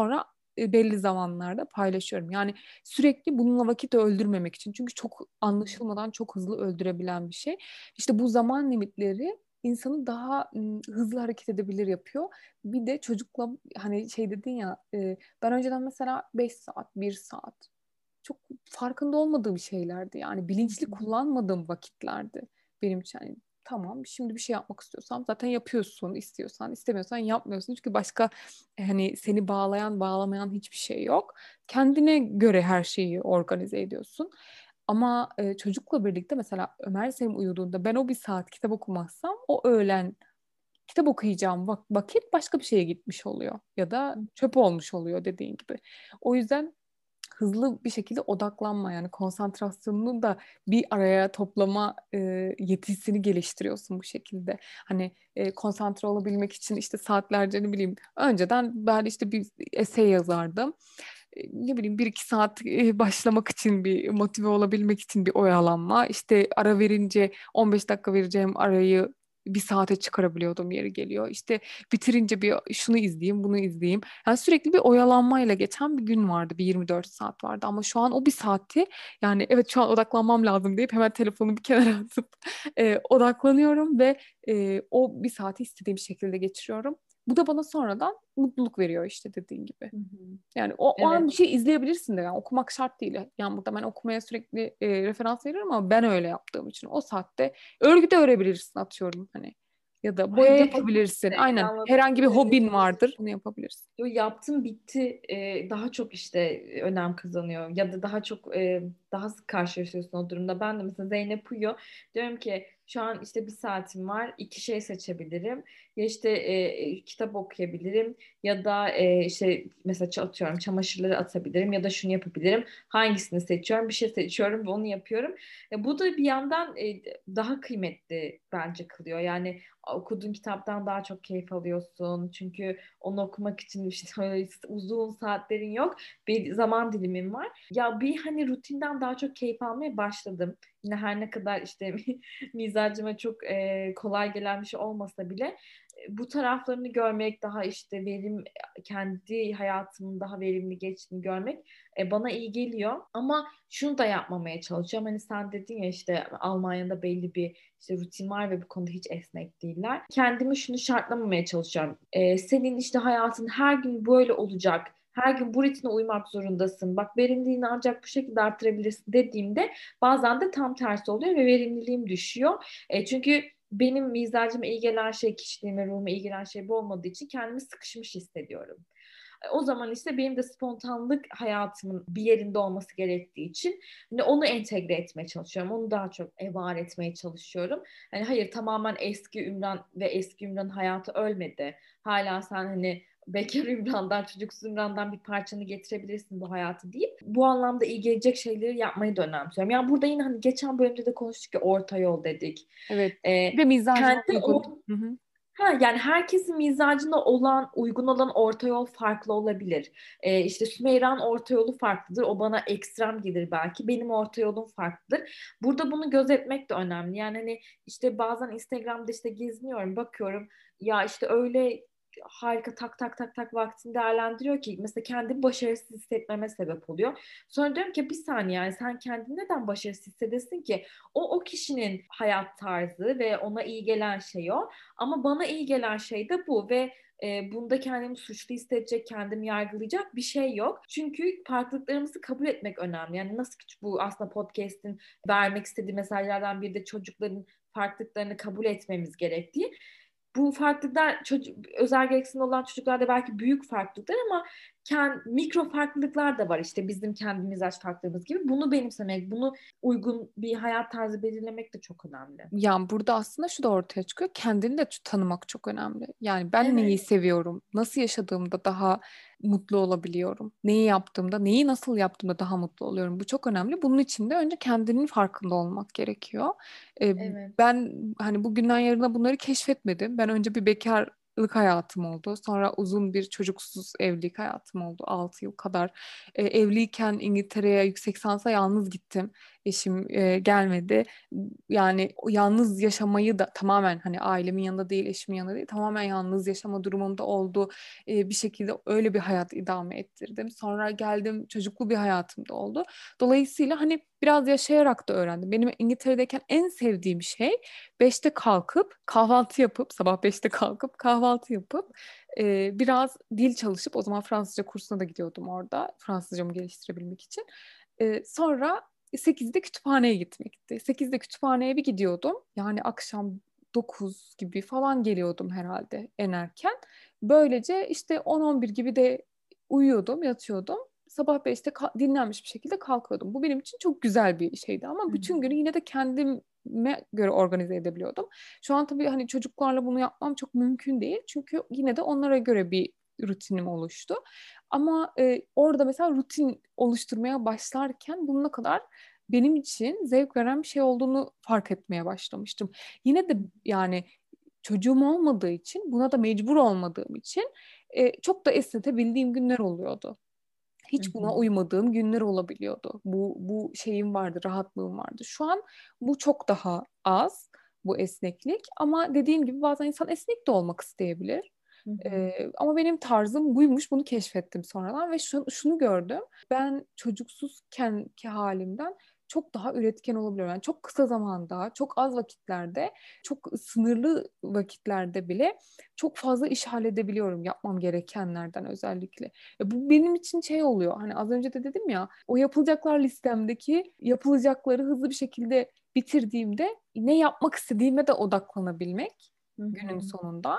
e, belli zamanlarda paylaşıyorum. Yani sürekli bununla vakit öldürmemek için. Çünkü çok anlaşılmadan çok hızlı öldürebilen bir şey. İşte bu zaman limitleri insanı daha ım, hızlı hareket edebilir yapıyor. Bir de çocukla hani şey dedin ya, e, ben önceden mesela beş saat, bir saat çok farkında olmadığım şeylerdi. Yani bilinçli kullanmadığım vakitlerdi benim için. Yani tamam, şimdi bir şey yapmak istiyorsam zaten yapıyorsun, istiyorsan istemiyorsan yapmıyorsun. Çünkü başka e, hani seni bağlayan bağlamayan hiçbir şey yok. Kendine göre her şeyi organize ediyorsun. Ama e, çocukla birlikte mesela Ömer Selim uyuduğunda ben o bir saat kitap okumazsam o öğlen kitap okuyacağım vak- vakit başka bir şeye gitmiş oluyor. Ya da çöp olmuş oluyor dediğin gibi. O yüzden hızlı bir şekilde odaklanma, yani konsantrasyonunu da bir araya toplama e, yetisini geliştiriyorsun bu şekilde. Hani e, konsantre olabilmek için işte saatlerce ne bileyim önceden ben işte bir essay yazardım. E, ne bileyim bir iki saat e, başlamak için bir motive olabilmek için bir oyalanma. İşte ara verince on beş dakika vereceğim arayı bir saate çıkarabiliyordum yeri geliyor. İşte bitirince bir şunu izleyeyim, bunu izleyeyim. Yani sürekli bir oyalanmayla geçen bir gün vardı, bir yirmi dört saat vardı. Ama şu an o bir saati, yani evet şu an odaklanmam lazım deyip hemen telefonu bir kenara atıp e, odaklanıyorum ve e, o bir saati istediğim şekilde geçiriyorum. Bu da bana sonradan mutluluk veriyor işte dediğin gibi. Hı hı. Yani o, o an Evet. bir şey izleyebilirsin de, yani okumak şart değil. Yani burada ben okumaya sürekli e, referans veriyorum ama ben öyle yaptığım için o saatte örgü de örebilirsin atıyorum hani. Ya da boya Hayır, yapabilirsin yapabilirsin. de, yani Aynen. anladığım Herhangi bir kadarıyla hobin vardır. Bunu yapabilirsin. yo, yaptım bitti e, daha çok işte önem kazanıyor ya da daha çok e, daha sık karşılaşıyorsun o durumda. Ben de mesela Zeynep uyuyor. Diyorum ki şu an işte bir saatim var, iki şey seçebilirim. Ya işte e, kitap okuyabilirim ya da e, işte mesela ç- atıyorum çamaşırları atabilirim ya da şunu yapabilirim. Hangisini seçiyorum? Bir şey seçiyorum ve onu yapıyorum. E, bu da bir yandan e, daha kıymetli bence kılıyor. Yani okuduğun kitaptan daha çok keyif alıyorsun. Çünkü onu okumak için işte öyle uzun saatlerin yok. Bir zaman dilimin var. Ya bir hani rutinden daha çok keyif almaya başladım. Yine her ne kadar işte mizacıma çok e, kolay gelen bir şey olmasa bile e, bu taraflarını görmek, daha işte verim, kendi hayatımın daha verimli geçtiğini görmek e, bana iyi geliyor. Ama şunu da yapmamaya çalışıyorum. Hani sen dedin ya işte Almanya'da belli bir işte rutin var ve bu konuda hiç esnek değiller. Kendimi şunu şartlamamaya çalışıyorum. Ee, senin işte hayatın her gün böyle olacak. Her gün bu ritme uymak zorundasın. Bak verimliliğini ancak bu şekilde arttırabilirsin dediğimde bazen de tam tersi oluyor ve verimliliğim düşüyor. E, çünkü benim mizacıma iyi gelen şey, kişiliğime, ruhuma iyi gelen şey bu olmadığı için kendimi sıkışmış hissediyorum. E, O zaman işte benim de spontanlık hayatımın bir yerinde olması gerektiği için hani onu entegre etmeye çalışıyorum. Onu daha çok e, var etmeye çalışıyorum. Hani hayır, tamamen eski Ümran ve eski Ümran hayatı ölmedi. Hala sen hani bekar Ümran'dan, çocuksuz Ümran'dan bir parçanı getirebilirsin bu hayatı deyip bu anlamda iyi gelecek şeyleri yapmayı da önemsiyorum. Yani burada yine hani geçen bölümde de konuştuk ya, orta yol dedik. Evet. Ee, Bir de mizacına kendi uygun. or- Hı hı. Ha, yani herkesin mizacına olan, uygun olan orta yol farklı olabilir. Ee, işte Sümeyra'nın orta yolu farklıdır. O bana ekstrem gelir belki. Benim orta yolum farklıdır. Burada bunu gözetmek de önemli. Yani hani işte bazen Instagram'da işte geziniyorum, bakıyorum. Ya işte öyle harika tak tak tak tak vaktini değerlendiriyor ki mesela kendimi başarısız hissetmeme sebep oluyor. Sonra diyorum ki bir saniye, yani sen kendini neden başarısız hissedesin ki? O o kişinin hayat tarzı ve ona iyi gelen şey o. Ama bana iyi gelen şey de bu ve e, bunda kendimi suçlu hissedecek, kendimi yargılayacak bir şey yok. Çünkü farklılıklarımızı kabul etmek önemli. Yani nasıl ki bu aslında podcast'in vermek istediği mesajlardan biri de çocukların farklılıklarını kabul etmemiz gerektiği. Bu farklılıklar çocuk, özel gereksinimli olan çocuklarda belki büyük farklılıklar ama kend, mikro farklılıklar da var, işte bizim kendi mizaç farklılığımız gibi. Bunu benimsemek, bunu uygun bir hayat tarzı belirlemek de çok önemli. Yani burada aslında şu da ortaya çıkıyor. Kendini de tanımak çok önemli. Yani ben neyi Evet, seviyorum? Nasıl yaşadığımda daha mutlu olabiliyorum? Neyi yaptığımda, neyi nasıl yaptığımda daha mutlu oluyorum? Bu çok önemli. Bunun için de önce kendinin farkında olmak gerekiyor. Ee, evet. ben hani bugünden yarına bunları keşfetmedim. Ben önce bir bekarlık hayatım oldu. Sonra uzun bir çocuksuz evlilik hayatım oldu. altı yıl kadar. Ee, evliyken İngiltere'ye yüksek lisansa yalnız gittim. Eşim e, gelmedi. Yani o yalnız yaşamayı da tamamen hani ailemin yanında değil, eşimin yanında değil, tamamen yalnız yaşama durumumda oldu. E, bir şekilde öyle bir hayat idame ettirdim. Sonra geldim, çocuklu bir hayatım da oldu. Dolayısıyla hani biraz yaşayarak da öğrendim. Benim İngiltere'deyken en sevdiğim şey beşte kalkıp kahvaltı yapıp sabah beşte kalkıp kahvaltı yapıp e, biraz dil çalışıp, o zaman Fransızca kursuna da gidiyordum orada Fransızcamı geliştirebilmek için. E, sonra sekizde kütüphaneye gitmekti. sekizde kütüphaneye bir gidiyordum. Yani akşam dokuz gibi falan geliyordum herhalde en erken. Böylece işte on on bir gibi de uyuyordum, yatıyordum. Sabah beşte ka- dinlenmiş bir şekilde kalkıyordum. Bu benim için çok güzel bir şeydi ama Hı hı. bütün günü yine de kendime göre organize edebiliyordum. Şu an tabii hani çocuklarla bunu yapmam çok mümkün değil. Çünkü yine de onlara göre bir rutinim oluştu. Ama e, orada mesela rutin oluşturmaya başlarken bununla kadar benim için zevk veren bir şey olduğunu fark etmeye başlamıştım. Yine de yani çocuğum olmadığı için, buna da mecbur olmadığım için e, çok da esnetebildiğim günler oluyordu. Hı Hiç buna hı. uymadığım günler olabiliyordu. Bu, bu şeyim vardı, rahatlığım vardı. Şu an bu çok daha az, bu esneklik. Ama dediğim gibi bazen insan esnek de olmak isteyebilir. Hı hı. Ee, ama benim tarzım buymuş, bunu keşfettim sonradan ve şu, şunu gördüm. Ben çocuksuzken ki halimden çok daha üretken olabiliyorum. Yani çok kısa zamanda, çok az vakitlerde, çok sınırlı vakitlerde bile çok fazla iş halledebiliyorum yapmam gerekenlerden özellikle. E, Bu benim için şey oluyor. Hani az önce de dedim ya, o yapılacaklar listemdeki yapılacakları hızlı bir şekilde bitirdiğimde ne yapmak istediğime de odaklanabilmek Hı günün hı. sonunda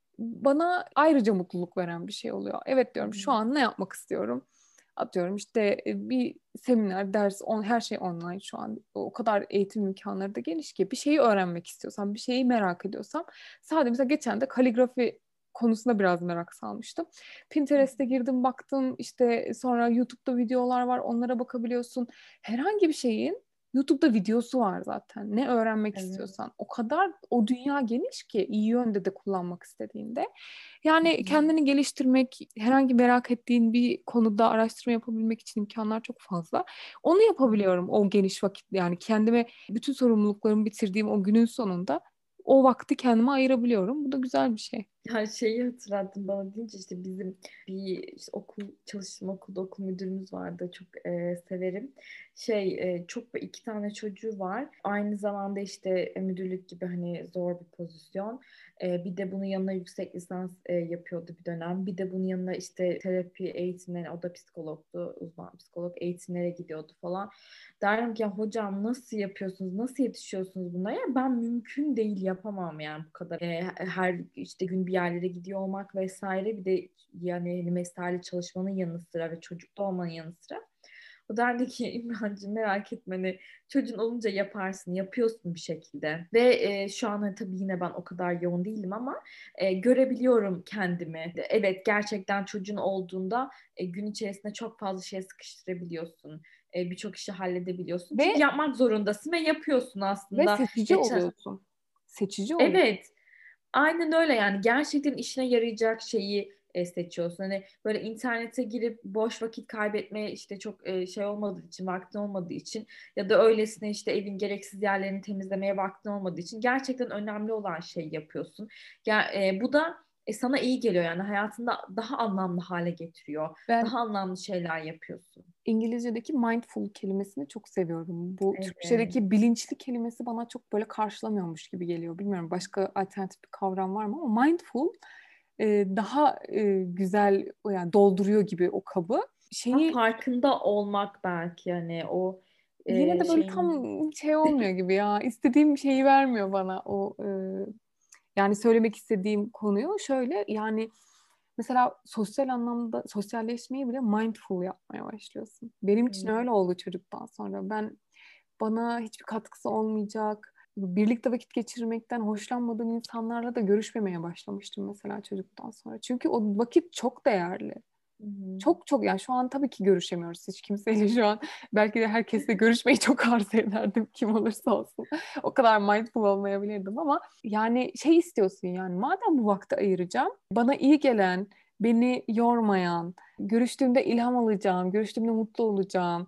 bana ayrıca mutluluk veren bir şey oluyor. Evet Hı diyorum, şu hı. an ne yapmak istiyorum? Atıyorum işte e, bir seminer, ders, on, her şey online şu an. O kadar eğitim imkanları da geniş ki bir şeyi öğrenmek istiyorsam, bir şeyi merak ediyorsam, sadece mesela geçen de kaligrafi konusunda biraz merak salmıştım. Pinterest'e girdim, baktım, işte sonra YouTube'da videolar var, onlara bakabiliyorsun. Herhangi bir şeyin YouTube'da videosu var zaten. Ne öğrenmek Evet. istiyorsan. O kadar o dünya geniş ki, iyi yönde de kullanmak istediğinde. Hı Yani hı. kendini geliştirmek, herhangi merak ettiğin bir konuda araştırma yapabilmek için imkanlar çok fazla. Onu yapabiliyorum o geniş vakit, yani kendime bütün sorumluluklarımı bitirdiğim o günün sonunda o vakti kendime ayırabiliyorum. Bu da güzel bir şey. Her şeyi hatırlattın bana deyince, işte bizim bir işte okul çalıştığım okulda okul müdürümüz vardı, çok e, severim. Şey e, çok iki tane çocuğu var. Aynı zamanda işte e, müdürlük gibi hani zor bir pozisyon. E, bir de bunun yanına yüksek lisans e, yapıyordu bir dönem. Bir de bunun yanına işte terapi eğitimlerine, o da psikologdu, uzman psikolog, eğitimlere gidiyordu falan. Derim ki ya hocam nasıl yapıyorsunuz, nasıl yetişiyorsunuz buna? Ya ben mümkün değil, yapamam yani bu kadar. E, her işte gün bir yerlere gidiyor olmak vesaire, bir de yani hani mesaili çalışmanın yanı sıra ve çocukta olmanın yanı sıra. O derdi ki İmrancığım merak etme, hani çocuğun olunca yaparsın, yapıyorsun bir şekilde. Ve e, şu an hani tabii yine ben o kadar yoğun değilim ama e, görebiliyorum kendimi. Evet, gerçekten çocuğun olduğunda e, gün içerisinde çok fazla şey sıkıştırabiliyorsun. E, birçok işi halledebiliyorsun. Çünkü Ve yapmak zorundasın ve yapıyorsun ve aslında. seçici Geçen. oluyorsun. Seçici oluyorsun. Evet. Aynen öyle, yani gerçekten işine yarayacak şeyi e, seçiyorsun. Hani böyle internete girip boş vakit kaybetmeye işte çok e, şey olmadığı için, vaktin olmadığı için, ya da öylesine işte evin gereksiz yerlerini temizlemeye vaktin olmadığı için gerçekten önemli olan şeyi yapıyorsun. Ya, e, bu da e, sana iyi geliyor, yani hayatında daha anlamlı hale getiriyor. Ben Daha anlamlı şeyler yapıyorsun. İngilizce'deki mindful kelimesini çok seviyorum. Bu Evet. Türkçedeki bilinçli kelimesi bana çok böyle karşılamıyormuş gibi geliyor. Bilmiyorum, başka alternatif bir kavram var mı, ama mindful e, daha e, güzel, yani dolduruyor gibi o kabı. Ha, Şeyi farkında olmak belki, yani o yine e, de böyle şeyin. tam şey olmuyor gibi ya. İstediğim şeyi vermiyor bana o e, yani söylemek istediğim konuyu şöyle, yani mesela sosyal anlamda sosyalleşmeyi bile mindful yapmaya başlıyorsun. Benim için Hmm. öyle oldu çocuktan sonra. Ben bana hiçbir katkısı olmayacak, birlikte vakit geçirmekten hoşlanmadığım insanlarla da görüşmemeye başlamıştım mesela çocuktan sonra. Çünkü o vakit çok değerli. Hı hı. Çok çok, yani şu an tabii ki görüşemiyoruz hiç kimseyle şu an. Belki de herkesle görüşmeyi çok arzu ederdim, kim olursa olsun. O kadar mindful olmayabilirdim ama yani şey istiyorsun, yani madem bu vakti ayıracağım, bana iyi gelen, beni yormayan, görüştüğümde ilham alacağım, görüştüğümde mutlu olacağım,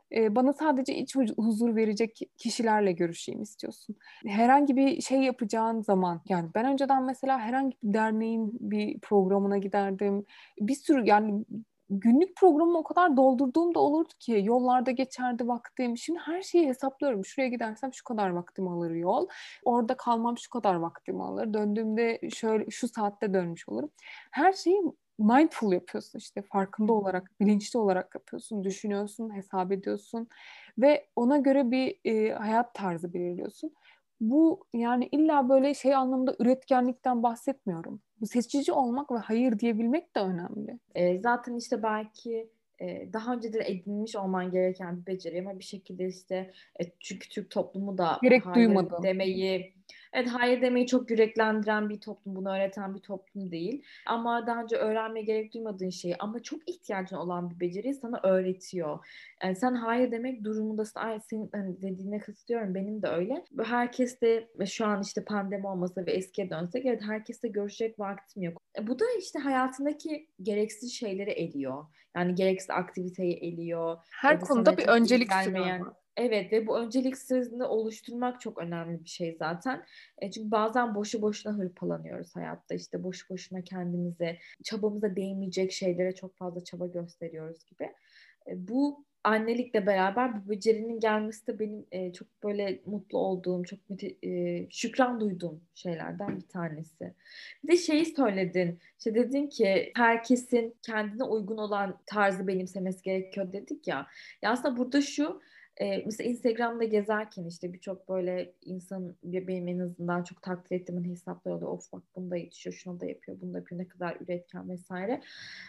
E, bana sadece iç hu- huzur verecek kişilerle görüşeyim istiyorsun. Herhangi bir şey yapacağın zaman, yani ben önceden mesela herhangi bir derneğin bir programına giderdim. Bir sürü, yani günlük programımı o kadar doldurduğum da olurdu ki, yollarda geçerdi vaktim. Şimdi her şeyi hesaplıyorum. Şuraya gidersem şu kadar vaktim alır yol. Orada kalmam şu kadar vaktim alır. Döndüğümde şöyle şu saatte dönmüş olurum. Her şeyi mindful yapıyorsun, işte farkında olarak, bilinçli olarak yapıyorsun, düşünüyorsun, hesap ediyorsun ve ona göre bir e, hayat tarzı belirliyorsun. Bu yani illa böyle şey anlamda üretkenlikten bahsetmiyorum. Bu seçici olmak ve hayır diyebilmek de önemli. E, zaten işte belki e, daha önceden edinmiş olman gereken bir beceri ama bir şekilde işte e, çünkü Türk toplumu da Gerek hayır duymadım. demeyi evet hayır demeyi çok yüreklendiren bir toplum, bunu öğreten bir toplum değil. Ama daha önce öğrenmeye gerek duymadığın şeyi ama çok ihtiyacın olan bir beceriyi sana öğretiyor. Yani sen hayır demek durumundasın. Ay, senin hani dediğine katılıyorum. Benim de öyle. Herkes de şu an işte pandemi olmasa ve eskiye dönsek, evet herkesle görüşecek vaktim yok. E, Bu da işte hayatındaki gereksiz şeyleri eliyor. Yani gereksiz aktiviteyi eliyor Her ya da konuda sana bir çok iyi öncelik gelmeyen. sıralama. Evet, ve bu öncelik sırasını oluşturmak çok önemli bir şey zaten. E, çünkü bazen boşu boşuna hırpalanıyoruz hayatta. İşte boşu boşuna kendimize, çabamıza değmeyecek şeylere çok fazla çaba gösteriyoruz gibi. E, bu annelikle beraber bu becerinin gelmesi de benim e, çok böyle mutlu olduğum, çok müte- e, şükran duyduğum şeylerden bir tanesi. Bir de şeyi söyledin. İşte dedin ki herkesin kendine uygun olan tarzı benimsemesi gerekiyor dedik ya. Ya aslında burada şu, e, mesela Instagram'da gezerken işte birçok böyle insan, benim en azından çok takdir ettiğim hani hesaplar oluyor. Of bak, bunu da yetişiyor, şunu da yapıyor, bunu da yapıyor, ne kadar üretken vesaire.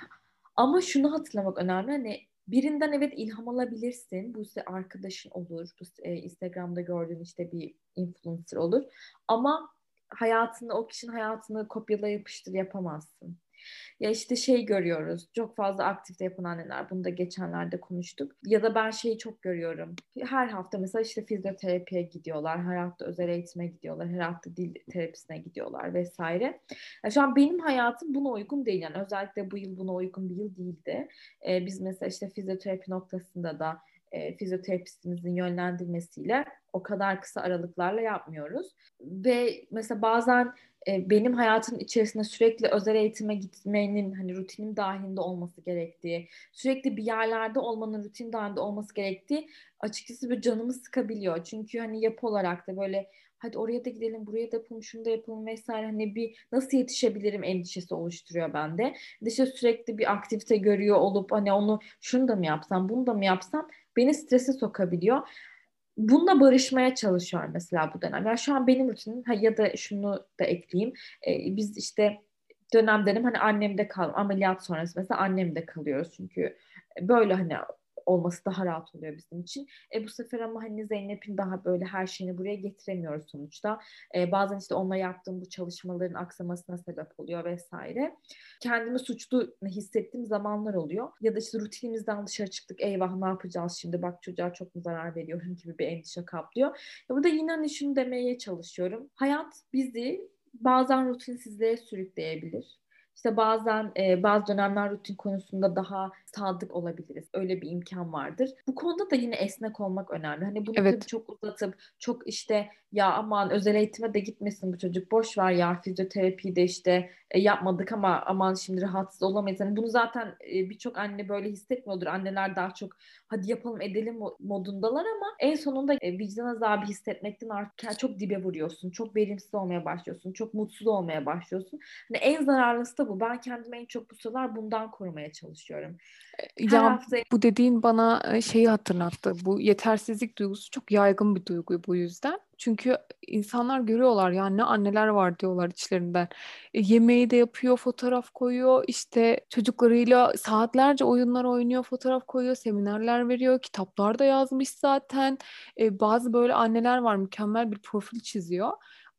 Ama şunu hatırlamak önemli. Hani birinden evet ilham alabilirsin. Bu işte arkadaşın olur. Bu e, Instagram'da gördüğün işte bir influencer olur. Ama hayatını, o kişinin hayatını kopyala yapıştır yapamazsın. Ya işte şey görüyoruz. Çok fazla aktivite yapan anneler. Bunu da geçenlerde konuştuk. Ya da ben şeyi çok görüyorum. Her hafta mesela işte fizyoterapiye gidiyorlar. Her hafta özel eğitime gidiyorlar. Her hafta dil terapisine gidiyorlar vesaire. Yani şu an benim hayatım buna uygun değil. Yani özellikle bu yıl buna uygun bir yıl değildi. Ee, biz mesela işte fizyoterapi noktasında da e, fizyoterapistimizin yönlendirmesiyle o kadar kısa aralıklarla yapmıyoruz. Ve mesela bazen e, benim hayatım içerisinde sürekli özel eğitime gitmenin hani rutinim dahilinde olması gerektiği, sürekli bir yerlerde olmanın rutin dahilinde olması gerektiği açıkçası bir canımı sıkabiliyor. Çünkü hani yapı olarak da böyle hadi oraya da gidelim, buraya da yapalım, şunu da yapalım vesaire, hani bir nasıl yetişebilirim endişesi oluşturuyor bende. İşte sürekli bir aktivite görüyor olup hani onu şunu da mı yapsam, bunu da mı yapsam beni strese sokabiliyor. Bununla barışmaya çalışıyorum mesela bu dönem. Yani şu an benim rutinim ha, ya da şunu da ekleyeyim. Ee, biz işte dönem dönem hani annemde kal ameliyat sonrası mesela annemde kalıyoruz çünkü böyle hani olması daha rahat oluyor bizim için. E bu sefer ama hani Zeynep'in daha böyle her şeyini buraya getiremiyoruz sonuçta. E, bazen işte onunla yaptığım bu çalışmaların aksamasına sebep oluyor vesaire. Kendimi suçlu hissettiğim zamanlar oluyor. Ya da işte rutinimizden dışarı çıktık. Eyvah, ne yapacağız şimdi? Bak, çocuğa çok mu zarar veriyorum gibi bir endişe kaplıyor. Ya burada yine hani şunu demeye çalışıyorum. Hayat bizi bazen rutinsizliğe sürükleyebilir. İşte bazen e, bazı dönemler rutin konusunda daha sadık olabiliriz. Öyle bir imkan vardır. Bu konuda da yine esnek olmak önemli. Hani bunu tabii Evet. çok uzatıp çok işte ya aman özel eğitime de gitmesin bu çocuk, boş ver ya fizyoterapiyi de işte e, yapmadık ama aman şimdi rahatsız olamayız. Hani bunu zaten e, birçok anne böyle hissetmiyordur. Anneler daha çok hadi yapalım edelim modundalar ama en sonunda e, vicdan azabı hissetmekten artık çok dibe vuruyorsun. Çok verimsiz olmaya başlıyorsun. Çok mutsuz olmaya başlıyorsun. Hani en zararlısı da bu. Ben kendimi en çok bu sıralar bundan korumaya çalışıyorum. Her Ya hafta bu dediğin bana e, şeyi hatırlattı. Bu yetersizlik duygusu çok yaygın bir duygu bu yüzden. Çünkü insanlar görüyorlar, yani ne anneler var diyorlar içlerinden. E, yemeği de yapıyor, fotoğraf koyuyor, işte çocuklarıyla saatlerce oyunlar oynuyor, fotoğraf koyuyor, seminerler veriyor, kitaplar da yazmış zaten. E, bazı böyle anneler var, mükemmel bir profil çiziyor.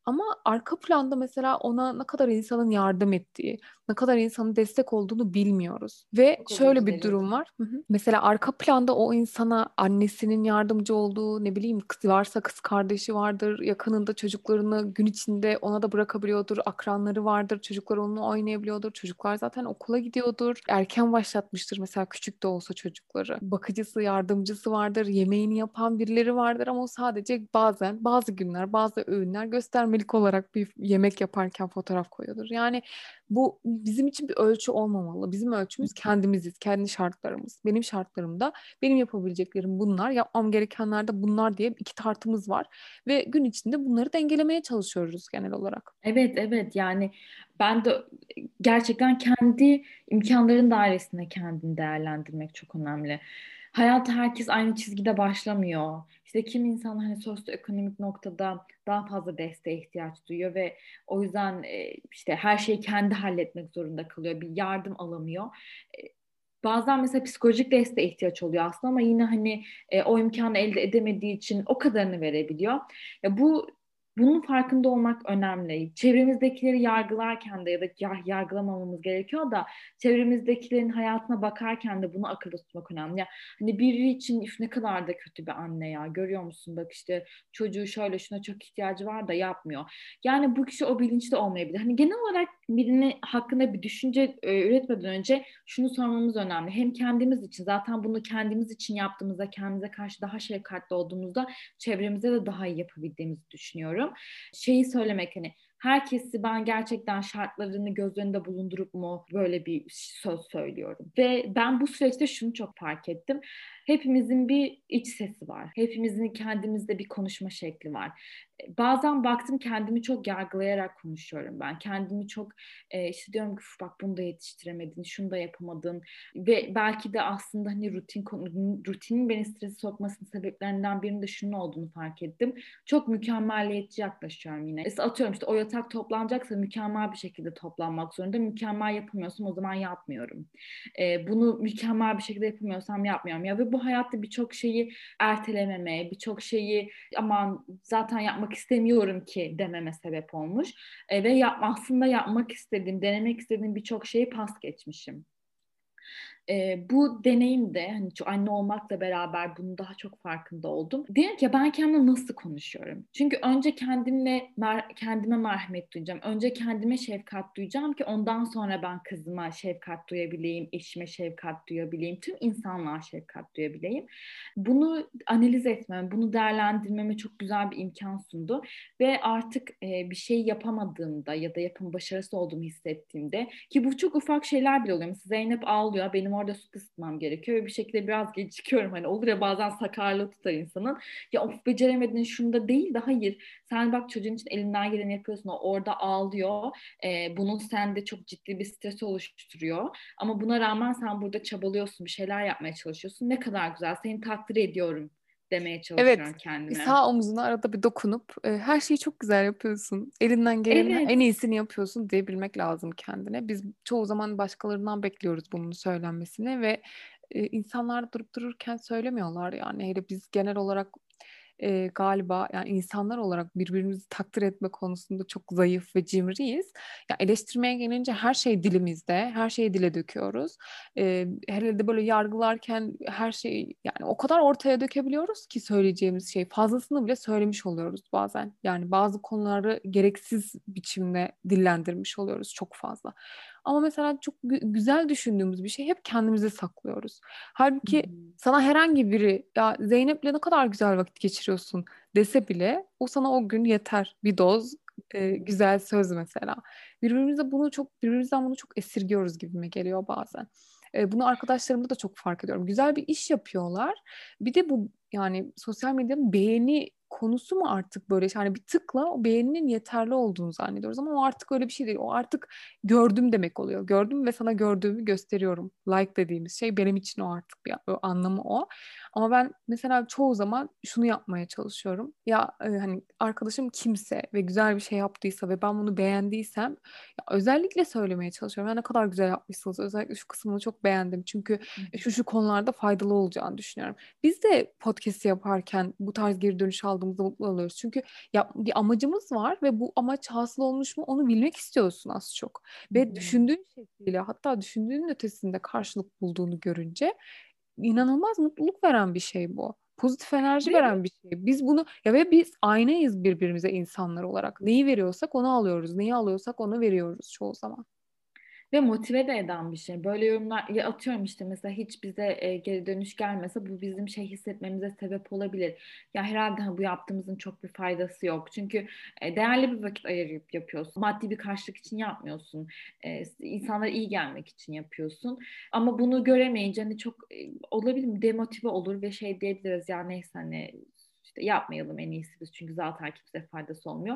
Ama arka planda mesela ona ne kadar insanın yardım ettiği, ne kadar insanın destek olduğunu bilmiyoruz. Ve Çok özür şöyle bir dilerim. durum var. Hı hı. Mesela arka planda o insana annesinin yardımcı olduğu, ne bileyim kız varsa kız kardeşi vardır, yakınında çocuklarını gün içinde ona da bırakabiliyordur, akranları vardır, çocuklar onunla oynayabiliyordur, çocuklar zaten okula gidiyordur, erken başlatmıştır mesela küçük de olsa çocukları. Bakıcısı, yardımcısı vardır, yemeğini yapan birileri vardır ama o sadece bazen, bazı günler, bazı öğünler göstermelik olarak bir yemek yaparken fotoğraf koyuyordur. Yani bu bizim için bir ölçü olmamalı. Bizim ölçümüz kendimiziz, kendi şartlarımız. Benim şartlarımda benim yapabileceklerim bunlar, yapmam gerekenler de bunlar diye iki tartımız var. Ve gün içinde bunları dengelemeye çalışıyoruz genel olarak. Evet, evet, yani ben de gerçekten kendi imkanların dairesinde kendini değerlendirmek çok önemli. Hayata herkes aynı çizgide başlamıyor. İşte kim insan hani sosyoekonomik noktada daha fazla desteğe ihtiyaç duyuyor ve o yüzden e, işte her şeyi kendi halletmek zorunda kalıyor. Bir yardım alamıyor. E, Bazen mesela psikolojik desteğe ihtiyaç oluyor aslında ama yine hani e, o imkanı elde edemediği için o kadarını verebiliyor. Ya bu bunun farkında olmak önemli. Çevremizdekileri yargılarken de ya da yar- yargılamamamız gerekiyor da çevremizdekilerin hayatına bakarken de bunu akılda tutmak önemli. Ya, hani biri için üf ne kadar da kötü bir anne ya. Görüyor musun bak işte çocuğu şöyle şuna çok ihtiyacı var da yapmıyor. Yani bu kişi o bilinçli olmayabilir. Hani genel olarak birini hakkında bir düşünce e, üretmeden önce şunu sormamız önemli. Hem kendimiz için zaten bunu kendimiz için yaptığımızda kendimize karşı daha şefkatli olduğumuzda çevremize de daha iyi yapabildiğimizi düşünüyorum. Şeyi söylemek hani herkesi ben gerçekten şartlarını göz önünde bulundurup mu böyle bir söz söylüyorum. Ve ben bu süreçte şunu çok fark ettim. Hepimizin bir iç sesi var. Hepimizin kendimizde bir konuşma şekli var. Bazen baktım kendimi çok yargılayarak konuşuyorum ben. Kendimi çok e, işte diyorum ki bak bunu da yetiştiremedin, şunu da yapamadın. Ve belki de aslında hani rutin rutinin beni strese sokmasının sebeplerinden birinin de şunun olduğunu fark ettim. Çok mükemmelliyetçi yaklaşıyorum yine. Mesela atıyorum işte o yatak toplanacaksa mükemmel bir şekilde toplanmak zorunda. Mükemmel yapamıyorsam o zaman yapmıyorum. E, bunu mükemmel bir şekilde yapamıyorsam yapmıyorum. Ya ve bu hayatta birçok şeyi ertelememe, birçok şeyi aman zaten yapmak istemiyorum ki dememe sebep olmuş. E, ve yap, aslında yapmak istediğim, denemek istediğim birçok şeyi pas geçmişim. E, bu deneyim de hani şu anne olmakla beraber bunun daha çok farkında oldum. Diyorum ki ben kendimle nasıl konuşuyorum? Çünkü önce kendimle mer- kendime merhamet duyacağım. Önce kendime şefkat duyacağım ki ondan sonra ben kızıma şefkat duyabileyim, eşime şefkat duyabileyim, tüm insanlığa şefkat duyabileyim. Bunu analiz etmem, bunu değerlendirmeme çok güzel bir imkan sundu ve artık e, bir şey yapamadığımda ya da yapım başarısı olduğumu hissettiğimde ki bu çok ufak şeyler bile oluyor. Mesela Zeynep ağlıyor. Benim orada süt ısıtmam gerekiyor ve bir şekilde biraz gecikiyorum. Hani olur ya bazen sakarlığı tutar insanın. Ya of beceremedin şunu da değil de hayır. Sen bak çocuğun için elinden geleni yapıyorsun. O orada ağlıyor. Ee, bunun sende çok ciddi bir stres oluşturuyor. Ama buna rağmen sen burada çabalıyorsun. Bir şeyler yapmaya çalışıyorsun. Ne kadar güzel. Seni takdir ediyorum demeye Evet, çalışıyorum bir kendime. sağ omzuna arada bir dokunup e, her şeyi çok güzel yapıyorsun. Elinden gelenin en Evet. iyisini yapıyorsun diyebilmek lazım kendine. Biz çoğu zaman başkalarından bekliyoruz bunun söylenmesini ve e, insanlar durup dururken söylemiyorlar yani. Hele biz genel olarak e, galiba yani insanlar olarak birbirimizi takdir etme konusunda çok zayıf ve cimriyiz. Ya eleştirmeye gelince her şey dilimizde, her şeyi dile döküyoruz. E, hele de böyle yargılarken her şeyi yani o kadar ortaya dökebiliyoruz ki söyleyeceğimiz şey fazlasını bile söylemiş oluyoruz bazen. Yani bazı konuları gereksiz biçimde dillendirmiş oluyoruz çok fazla. Ama mesela çok gü- güzel düşündüğümüz bir şey hep kendimize saklıyoruz. Hı Halbuki hı. sana herhangi biri ya Zeynep'le ne kadar güzel vakit geçiriyorsun dese bile o sana o gün yeter. Bir doz e, güzel söz mesela. Birbirimize bunu çok birbirimizden bunu çok esirgiyoruz gibime geliyor bazen. E, bunu arkadaşlarımda da çok fark ediyorum. Güzel bir iş yapıyorlar. Bir de bu yani sosyal medyanın beğeni konusu mu artık böyle yani bir tıkla o beğeninin yeterli olduğunu zannediyoruz ama o artık öyle bir şey değil. O artık gördüm demek oluyor. Gördüm ve sana gördüğümü gösteriyorum. Like dediğimiz şey benim için o artık bir o anlamı o. Ama ben mesela çoğu zaman şunu yapmaya çalışıyorum. Ya e, hani arkadaşım kimse ve güzel bir şey yaptıysa ve ben bunu beğendiysem ya özellikle söylemeye çalışıyorum. Ya ne kadar güzel yapmışsınız. Özellikle şu kısmını çok beğendim. Çünkü Hı hı. şu şu konularda faydalı olacağını düşünüyorum. Biz de podcast'i yaparken bu tarz geri dönüş aldığımızda mutlu oluyoruz. Çünkü ya, bir amacımız var ve bu amaç hasıl olmuş mu onu bilmek istiyorsun az çok. Hı Ve hı. düşündüğün şekliyle, hatta düşündüğünün ötesinde karşılık bulduğunu görünce inanılmaz mutluluk veren bir şey bu. Pozitif enerji Ve veren bir şey. Biz bunu ya ve biz aynayız birbirimize insanlar olarak. Neyi veriyorsak onu alıyoruz. Neyi alıyorsak onu veriyoruz çoğu zaman. Ve motive de eden bir şey. Böyle yorumlar ya atıyorum işte mesela hiç bize e, geri dönüş gelmese bu bizim şey hissetmemize sebep olabilir. Ya herhalde ha, bu yaptığımızın çok bir faydası yok. Çünkü e, değerli bir vakit ayırıp yapıyorsun. Maddi bir karşılık için yapmıyorsun. E, insanlara iyi gelmek için yapıyorsun. Ama bunu göremeyince hani çok e, olabilir mi? Demotive olur ve şey diyebiliriz ya neyse hani işte yapmayalım en iyisi biz çünkü zaten kimseye faydası olmuyor.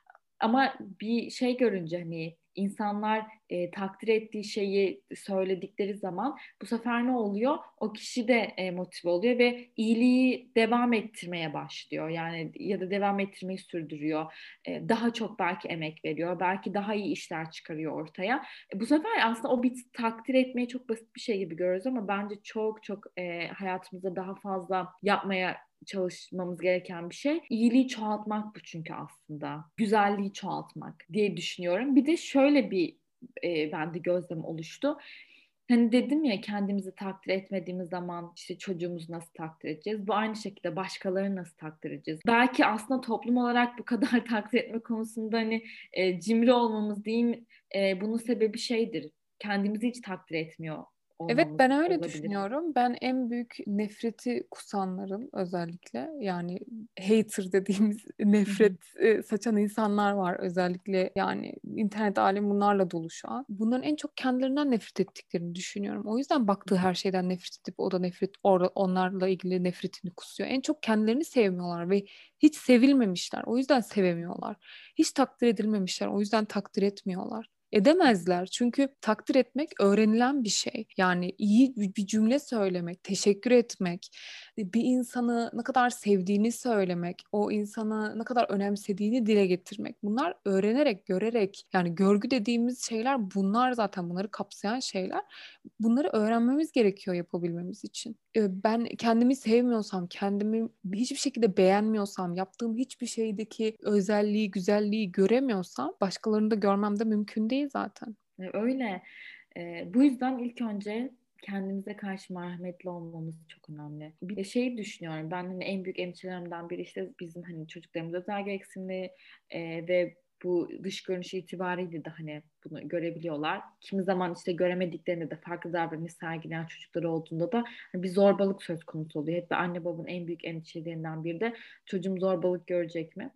Ama bir şey görünce hani insanlar e, takdir ettiği şeyi söyledikleri zaman bu sefer ne oluyor? O kişi de e, motive oluyor ve iyiliği devam ettirmeye başlıyor. Yani ya da devam ettirmeyi sürdürüyor. E, daha çok belki emek veriyor. Belki daha iyi işler çıkarıyor ortaya. E, bu sefer aslında o bir takdir etmeyi çok basit bir şey gibi görüyoruz ama bence çok çok e, hayatımızda daha fazla yapmaya çalışmamız gereken bir şey. İyiliği çoğaltmak bu çünkü aslında. Güzelliği çoğaltmak diye düşünüyorum. Bir de şöyle bir e, bende gözlem oluştu. Hani dedim ya kendimizi takdir etmediğimiz zaman işte çocuğumuzu nasıl takdir edeceğiz? Bu aynı şekilde başkalarını nasıl takdir edeceğiz? Belki aslında toplum olarak bu kadar takdir etme konusunda hani e, cimri olmamız değil, e, bunun sebebi şeydir. Kendimizi hiç takdir etmiyor Evet, olmamız ben öyle olabilir. düşünüyorum. Ben en büyük nefreti kusanların özellikle, yani hater dediğimiz Hı hı. nefret e, saçan insanlar var özellikle, yani internet alemi bunlarla dolu şu an. Bunların en çok kendilerinden nefret ettiklerini düşünüyorum. O yüzden baktığı her şeyden nefret edip o da nefret or onlarla ilgili nefretini kusuyor. En çok kendilerini sevmiyorlar ve hiç sevilmemişler. O yüzden sevemiyorlar. Hiç takdir edilmemişler. O yüzden takdir etmiyorlar. Edemezler. Çünkü takdir etmek öğrenilen bir şey. Yani iyi bir bir cümle söylemek, teşekkür etmek, bir insanı ne kadar sevdiğini söylemek, o insanı ne kadar önemsediğini dile getirmek. Bunlar öğrenerek, görerek, yani görgü dediğimiz şeyler bunlar, zaten bunları kapsayan şeyler. Bunları öğrenmemiz gerekiyor yapabilmemiz için. Ee, Ben kendimi sevmiyorsam, kendimi hiçbir şekilde beğenmiyorsam, yaptığım hiçbir şeydeki özelliği, güzelliği göremiyorsam başkalarını da görmem de mümkün değil zaten. E, Öyle. E, bu yüzden ilk önce kendimize karşı merhametli olmamız çok önemli. Bir de şeyi düşünüyorum. Ben hani en büyük endişelerimden biri işte bizim hani çocuklarımız özel gereksinimli e, ve bu dış görünüş itibariyle de hani bunu görebiliyorlar. Kimi zaman işte göremediklerinde de farklı davranış sergileyen çocuklar olduğunda da hani bir zorbalık söz konusu oluyor. Hep bir anne babanın en büyük endişelerinden biri de çocuğum zorbalık görecek mi?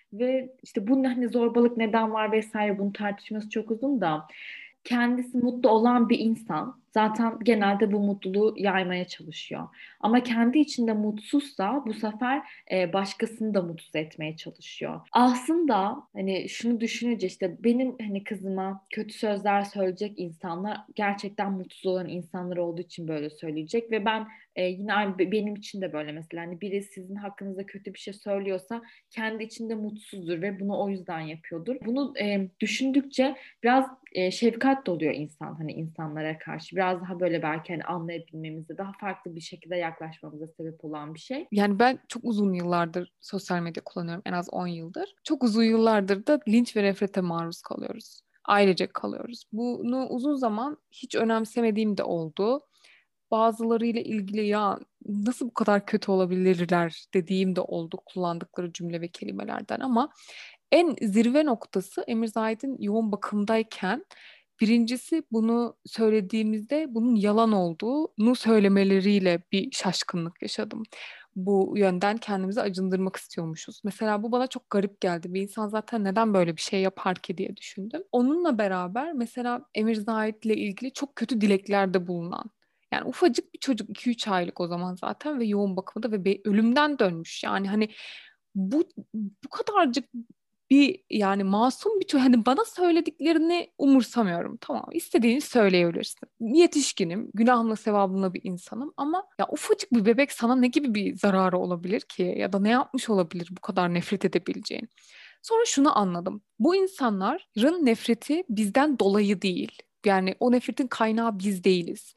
Ve işte bunun hani zorbalık neden var vesaire bunu tartışması çok uzun da kendisi mutlu olan bir insan zaten genelde bu mutluluğu yaymaya çalışıyor. Ama kendi içinde mutsuzsa bu sefer e, başkasını da mutsuz etmeye çalışıyor. Aslında hani şunu düşününce işte benim hani kızıma kötü sözler söyleyecek insanlar gerçekten mutsuz olan insanlar olduğu için böyle söyleyecek ve ben e, yine aynı benim için de böyle mesela hani biri sizin hakkınızda kötü bir şey söylüyorsa kendi içinde mutsuzdur ve bunu o yüzden yapıyordur. Bunu e, düşündükçe biraz e, şefkat doluyor insan hani insanlara karşı. Biraz daha böyle belki hani anlayabilmemize, daha farklı bir şekilde yaklaşmamıza sebep olan bir şey. Yani ben çok uzun yıllardır sosyal medya kullanıyorum. En az on yıldır. Çok uzun yıllardır da linç ve nefrete maruz kalıyoruz. Ailecek kalıyoruz. Bunu uzun zaman hiç önemsemediğim de oldu. Bazılarıyla ilgili ya nasıl bu kadar kötü olabilirler dediğim de oldu kullandıkları cümle ve kelimelerden, ama en zirve noktası Emir Zahit'in yoğun bakımdayken, birincisi bunu söylediğimizde bunun yalan olduğunu söylemeleriyle bir şaşkınlık yaşadım. Bu yönden kendimizi acındırmak istiyormuşuz. Mesela bu bana çok garip geldi. Bir insan zaten neden böyle bir şey yapar ki diye düşündüm. Onunla beraber mesela Emir Zahit'le ilgili çok kötü dileklerde bulunan, yani ufacık bir çocuk, iki üç aylık o zaman zaten ve yoğun bakımda ve be- ölümden dönmüş. Yani hani bu bu kadarcık bir, yani masum bir çocuk, hani bana söylediklerini umursamıyorum. Tamam, istediğini söyleyebilirsin. Yetişkinim, günahımla sevabımla bir insanım, ama ya ufacık bir bebek sana ne gibi bir zararı olabilir ki, ya da ne yapmış olabilir bu kadar nefret edebileceğin? Sonra şunu anladım. Bu insanların nefreti bizden dolayı değil. Yani o nefretin kaynağı biz değiliz.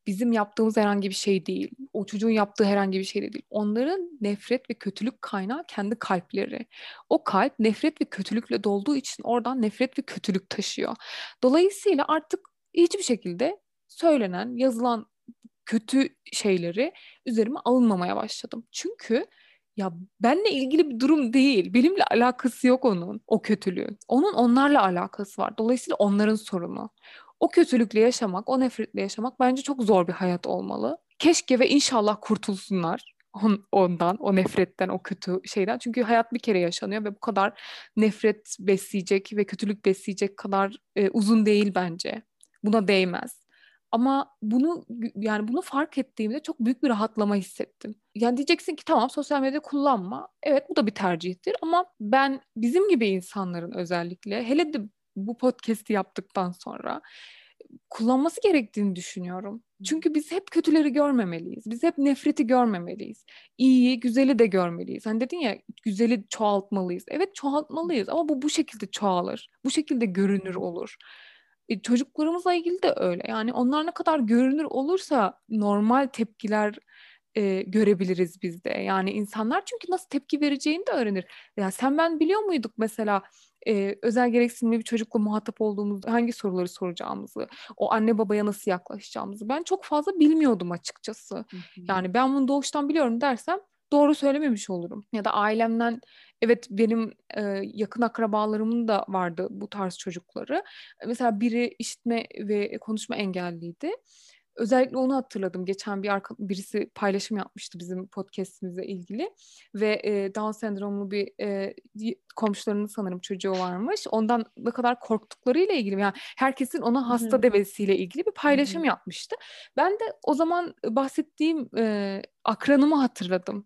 bizim yaptığımız herhangi bir şey değil. O çocuğun yaptığı herhangi bir şey de değil. Onların nefret ve kötülük kaynağı kendi kalpleri. O kalp nefret ve kötülükle dolduğu için oradan nefret ve kötülük taşıyor. Dolayısıyla artık hiçbir şekilde söylenen, yazılan kötü şeyleri üzerime alınmamaya başladım. Çünkü ya benle ilgili bir durum değil. Benimle alakası yok onun, o kötülüğün. Onun onlarla alakası var. Dolayısıyla onların sorunu. O kötülükle yaşamak, o nefretle yaşamak bence çok zor bir hayat olmalı. Keşke ve inşallah kurtulsunlar on- ondan, o nefretten, o kötü şeyden. Çünkü hayat bir kere yaşanıyor ve bu kadar nefret besleyecek ve kötülük besleyecek kadar e, uzun değil bence. Buna değmez. Ama bunu yani bunu fark ettiğimde çok büyük bir rahatlama hissettim. Yani diyeceksin ki tamam, sosyal medya kullanma. Evet, bu da bir tercihtir ama ben bizim gibi insanların özellikle, hele de bu podcast'i yaptıktan sonra kullanması gerektiğini düşünüyorum. Çünkü biz hep kötüleri görmemeliyiz. Biz hep nefreti görmemeliyiz. İyiyi, güzeli de görmeliyiz. Hani dedin ya, güzeli çoğaltmalıyız. Evet, çoğaltmalıyız ama bu bu şekilde çoğalır. Bu şekilde görünür olur. E, çocuklarımızla ilgili de öyle. Yani onlar ne kadar görünür olursa normal tepkiler e, görebiliriz biz de. Yani insanlar çünkü nasıl tepki vereceğini de öğrenir. Ya sen ben biliyor muyduk mesela e, özel gereksinimli bir çocukla muhatap olduğumuzda hangi soruları soracağımızı, o anne babaya nasıl yaklaşacağımızı ben çok fazla bilmiyordum açıkçası. Hı hı. Yani ben bunu doğuştan biliyorum dersem doğru söylememiş olurum. Ya da ailemden, evet, benim e, yakın akrabalarımın da vardı bu tarz çocukları. Mesela biri işitme ve konuşma engelliydi. Özellikle onu hatırladım. Geçen bir arka, birisi paylaşım yapmıştı bizim podcast'imizle ilgili ve e, Down sendromlu bir e, komşularının sanırım çocuğu varmış. Ondan ne kadar korktuklarıyla ilgili, yani herkesin ona Hı hı. hasta demesiyle ilgili bir Hı paylaşım hı. yapmıştı. Ben de o zaman bahsettiğim e, akranımı hatırladım.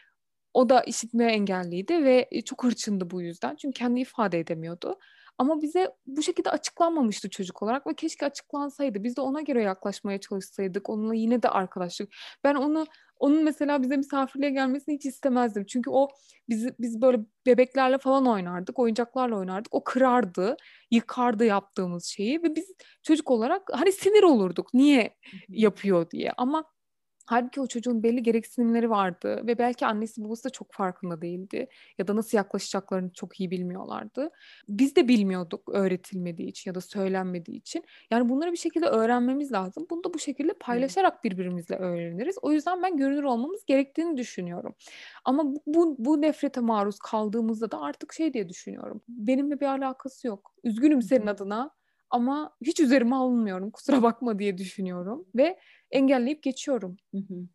O da işitme engelliydi ve e, çok hırçındı bu yüzden. Çünkü kendi ifade edemiyordu. Ama bize bu şekilde açıklanmamıştı çocuk olarak ve keşke açıklansaydı. Biz de ona göre yaklaşmaya çalışsaydık. Onunla yine de arkadaşlık. Ben onu onun mesela bize misafirliğe gelmesini hiç istemezdim. Çünkü o bizi biz böyle bebeklerle falan oynardık, oyuncaklarla oynardık. O kırardı, yıkardı yaptığımız şeyi ve biz çocuk olarak hani sinir olurduk. Niye Hı hı. yapıyor diye. Ama halbuki o çocuğun belli gereksinimleri vardı ve belki annesi babası da çok farkında değildi ya da nasıl yaklaşacaklarını çok iyi bilmiyorlardı. Biz de bilmiyorduk öğretilmediği için ya da söylenmediği için. Yani bunları bir şekilde öğrenmemiz lazım. Bunu da bu şekilde Evet. paylaşarak birbirimizle öğreniriz. O yüzden ben görünür olmamız gerektiğini düşünüyorum. Ama bu, bu, bu nefrete maruz kaldığımızda da artık şey diye düşünüyorum. Benimle bir alakası yok. Üzgünüm Hı senin hı. adına ama hiç üzerime alınmıyorum. Kusura bakma diye düşünüyorum ve engelleyip geçiyorum. Hı hı.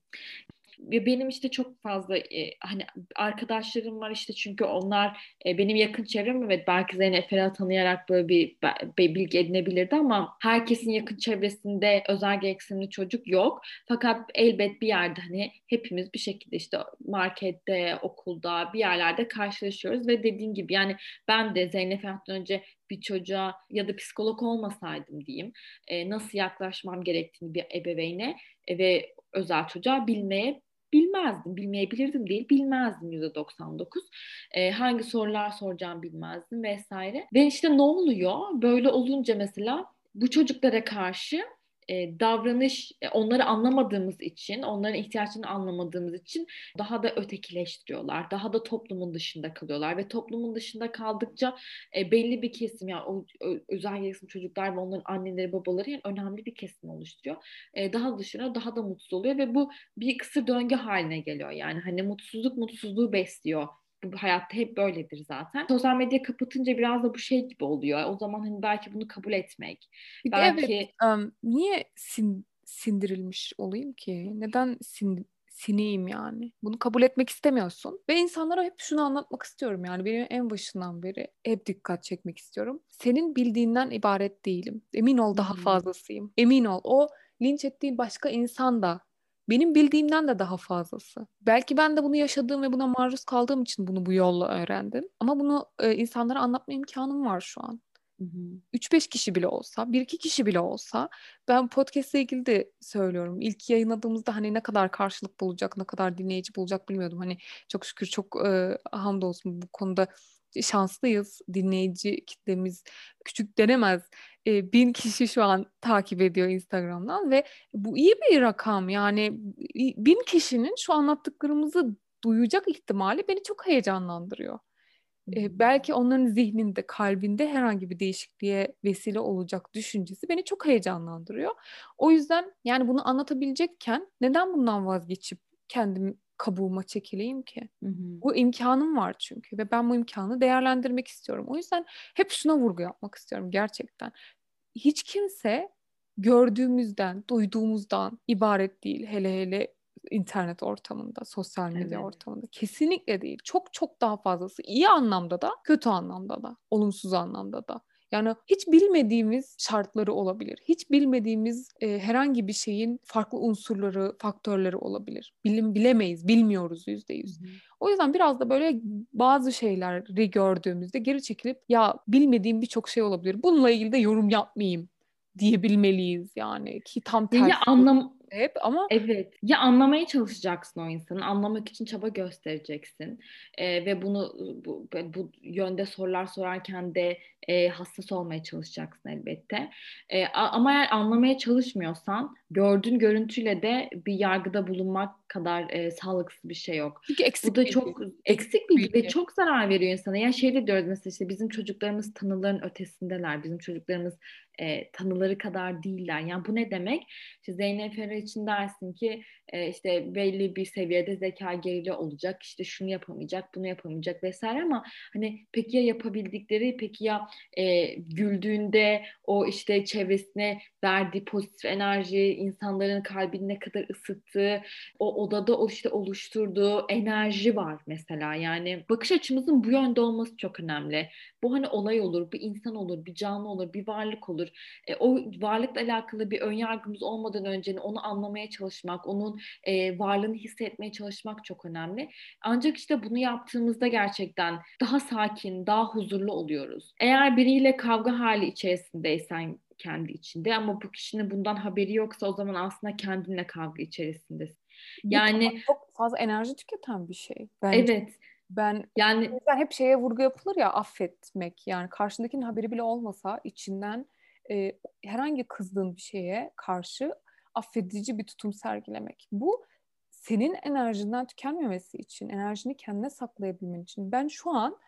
Ve benim işte çok fazla e, hani arkadaşlarım var işte çünkü onlar e, benim yakın çevrem, evet belki Zeynep Ferah'ı tanıyarak böyle bir, bir bilgi edinebilirdi ama herkesin yakın çevresinde özel gereksinimli çocuk yok. Fakat elbet bir yerde hani hepimiz bir şekilde işte markette, okulda bir yerlerde karşılaşıyoruz ve dediğin gibi yani ben de Zeynep Ferah'tan önce bir çocuğa ya da psikolog olmasaydım diyeyim e, nasıl yaklaşmam gerektiğini bir ebeveyne e, ve özel çocuğa bilmeye bilmezdim. Bilmeyebilirdim değil, bilmezdim yüzde doksan dokuz. Ee, hangi sorular soracağım bilmezdim vesaire. Ve işte ne oluyor? Böyle olunca mesela bu çocuklara karşı e, davranış, e, onları anlamadığımız için, onların ihtiyaçlarını anlamadığımız için daha da ötekileştiriyorlar. Daha da toplumun dışında kalıyorlar ve toplumun dışında kaldıkça e, belli bir kesim yani o, o özel gereksinim çocuklar ve onların anneleri babaları yani önemli bir kesim oluşturuyor. E, daha dışına daha da mutsuz oluyor ve bu bir kısır döngü haline geliyor. Yani hani mutsuzluk mutsuzluğu besliyor. Bu hayatta hep böyledir zaten. Sosyal medya kapatınca biraz da bu şey gibi oluyor. O zaman hani belki bunu kabul etmek, Bir de evet, belki em, niye sin- sindirilmiş olayım ki? Neden sin sineyim yani? Bunu kabul etmek istemiyorsun. Ve insanlara hep şunu anlatmak istiyorum, yani benim en başından beri hep dikkat çekmek istiyorum. Senin bildiğinden ibaret değilim. Emin ol hı daha hı, fazlasıyım. Emin ol o linç ettiğin başka insan da benim bildiğimden de daha fazlası. Belki ben de bunu yaşadığım ve buna maruz kaldığım için bunu bu yolla öğrendim. Ama bunu e, insanlara anlatma imkanım var şu an. hı hı, Üç beş kişi bile olsa, bir iki kişi bile olsa, ben podcast ile ilgili de söylüyorum. İlk yayınladığımızda hani ne kadar karşılık bulacak, ne kadar dinleyici bulacak bilmiyordum. Hani çok şükür çok e, hamdolsun bu konuda şanslıyız. Dinleyici kitlemiz küçük denemez. e, bin kişi şu an takip ediyor Instagram'dan ve bu iyi bir rakam. Yani bin kişinin şu anlattıklarımızı duyacak ihtimali beni çok heyecanlandırıyor. Hı hı. E, belki onların zihninde, kalbinde herhangi bir değişikliğe vesile olacak düşüncesi beni çok heyecanlandırıyor. O yüzden yani bunu anlatabilecekken neden bundan vazgeçip kendim kabuğuma çekileyim ki? Hı hı. Bu imkanım var çünkü ve ben bu imkanı değerlendirmek istiyorum. O yüzden hep şuna vurgu yapmak istiyorum gerçekten. Hiç kimse gördüğümüzden, duyduğumuzdan ibaret değil. Hele hele internet ortamında, sosyal medya Evet. ortamında. Kesinlikle değil. Çok çok daha fazlası. İyi anlamda da, kötü anlamda da, olumsuz anlamda da. Yani hiç bilmediğimiz şartları olabilir. Hiç bilmediğimiz e, herhangi bir şeyin farklı unsurları, faktörleri olabilir. Bilim bilemeyiz, bilmiyoruz yüzde Hı yüz. hı. O yüzden biraz da böyle bazı şeyleri gördüğümüzde geri çekilip ya bilmediğim birçok şey olabilir. Bununla ilgili de yorum yapmayayım diyebilmeliyiz yani ki tam Ya, ya tersi anlam hep ama Evet, ya anlamaya çalışacaksın o insanı, anlamak için çaba göstereceksin. Ee, ve bunu bu, bu yönde sorular sorarken de e, hassas olmaya çalışacaksın elbette. Ee, a- ama eğer anlamaya çalışmıyorsan, gördüğün görüntüyle de bir yargıda bulunmak kadar e, sağlıksız bir şey yok. çünkü Bu eksik da bilgi. çok Eksik eksik bilgi ve bilgi. çok zarar veriyor insana. Ya şey de diyoruz mesela, işte bizim çocuklarımız tanıların ötesindeler, bizim çocuklarımız e, tanıları kadar değiller. Yani bu ne demek? İşte Zeynep Ferah için dersin ki e, işte belli bir seviyede zeka gerili olacak, işte şunu yapamayacak, bunu yapamayacak vesaire, ama hani peki ya yapabildikleri, peki ya e, güldüğünde o işte çevresine verdiği pozitif enerji, insanların kalbini ne kadar ısıttığı, o odada o işte oluşturduğu enerji var mesela. Yani bakış açımızın bu yönde olması çok önemli. Bu hani olay olur, bir insan olur, bir canlı olur, bir varlık olur. E, o varlıkla alakalı bir önyargımız olmadan önce onu anlamaya çalışmak, onun e, varlığını hissetmeye çalışmak çok önemli. Ancak işte bunu yaptığımızda gerçekten daha sakin, daha huzurlu oluyoruz. Eğer biriyle kavga hali içerisindeysen kendi içinde, ama bu kişinin bundan haberi yoksa, o zaman aslında kendinle kavga içerisindesin. Bu ta- Yani çok fazla enerji tüketen bir şey bence. evet, Ben o yani yüzden hep şeye vurgu yapılır ya affetmek. Yani karşındakinin haberi bile olmasa içinden e, herhangi kızdığın bir şeye karşı affedici bir tutum sergilemek. Bu senin enerjinden tükenmemesi için, enerjini kendine saklayabilmen için. Ben şu an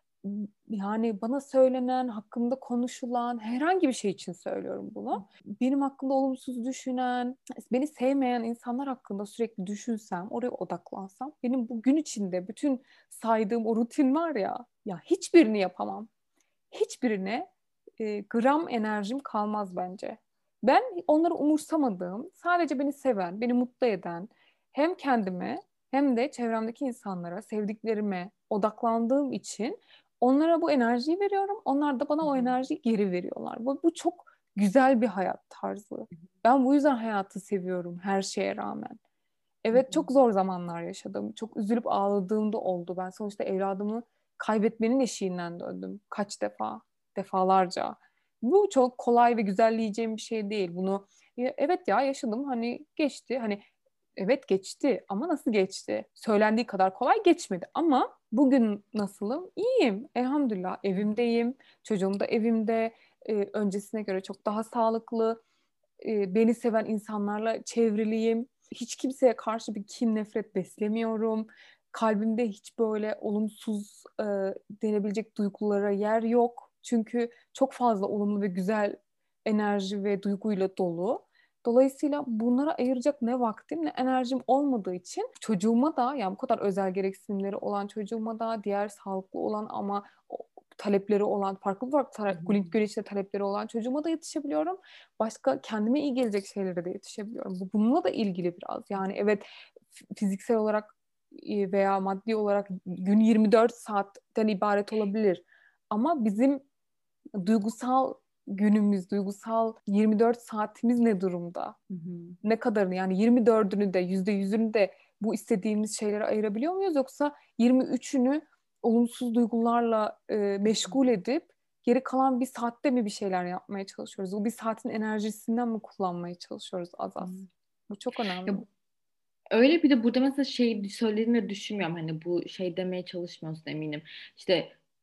yani bana söylenen, hakkımda konuşulan herhangi bir şey için söylüyorum bunu. Benim hakkında olumsuz düşünen, beni sevmeyen insanlar hakkında sürekli düşünsem, oraya odaklansam, benim bu gün içinde bütün saydığım o rutin var ya, ya hiçbirini yapamam. Hiçbirine e, gram enerjim kalmaz bence. Ben onları umursamadığım, sadece beni seven, beni mutlu eden, hem kendime hem de çevremdeki insanlara, sevdiklerime odaklandığım için onlara bu enerjiyi veriyorum. Onlar da bana o enerjiyi geri veriyorlar. Bu, bu çok güzel bir hayat tarzı. Ben bu yüzden hayatı seviyorum her şeye rağmen. Evet çok zor zamanlar yaşadım. Çok üzülüp ağladığım da oldu. Ben sonuçta evladımı kaybetmenin eşiğinden döndüm. Kaç defa, defalarca. Bu çok kolay ve güzelleyeceğim bir şey değil. Bunu ya, evet ya yaşadım hani geçti. Hani evet geçti ama nasıl geçti? Söylendiği kadar kolay geçmedi. Ama bugün nasılım? İyiyim. Elhamdülillah evimdeyim. Çocuğum da evimde. Ee, öncesine göre çok daha sağlıklı. Ee, beni seven insanlarla çevriliyim. Hiç kimseye karşı bir kin, nefret beslemiyorum. Kalbimde hiç böyle olumsuz e, denebilecek duygulara yer yok. Çünkü çok fazla olumlu ve güzel enerji ve duyguyla dolu. Dolayısıyla bunlara ayıracak ne vaktim ne enerjim olmadığı için çocuğuma da yani bu kadar özel gereksinimleri olan çocuğuma da diğer sağlıklı olan ama talepleri olan farklı farklı hı tale- hı. bilinç talepleri olan çocuğuma da yetişebiliyorum. Başka kendime iyi gelecek şeylere de yetişebiliyorum. Bu bununla da ilgili biraz. Yani evet fiziksel olarak e, veya maddi olarak gün yirmi dört saatten ibaret olabilir. Ama bizim duygusal günümüz, duygusal yirmi dört saatimiz ne durumda? Hı hı. Ne kadarını yani yirmi dördünü de yüzde yüzünü de bu istediğimiz şeylere ayırabiliyor muyuz? Yoksa yirmi üçünü olumsuz duygularla e, meşgul edip geri kalan bir saatte mi bir şeyler yapmaya çalışıyoruz? O bir saatin enerjisinden mi kullanmaya çalışıyoruz az Hı. az? Bu çok önemli. Ya öyle, bir de burada mesela şey söylediğini düşünmüyorum. Hani bu şey demeye çalışmıyorsun eminim. İşte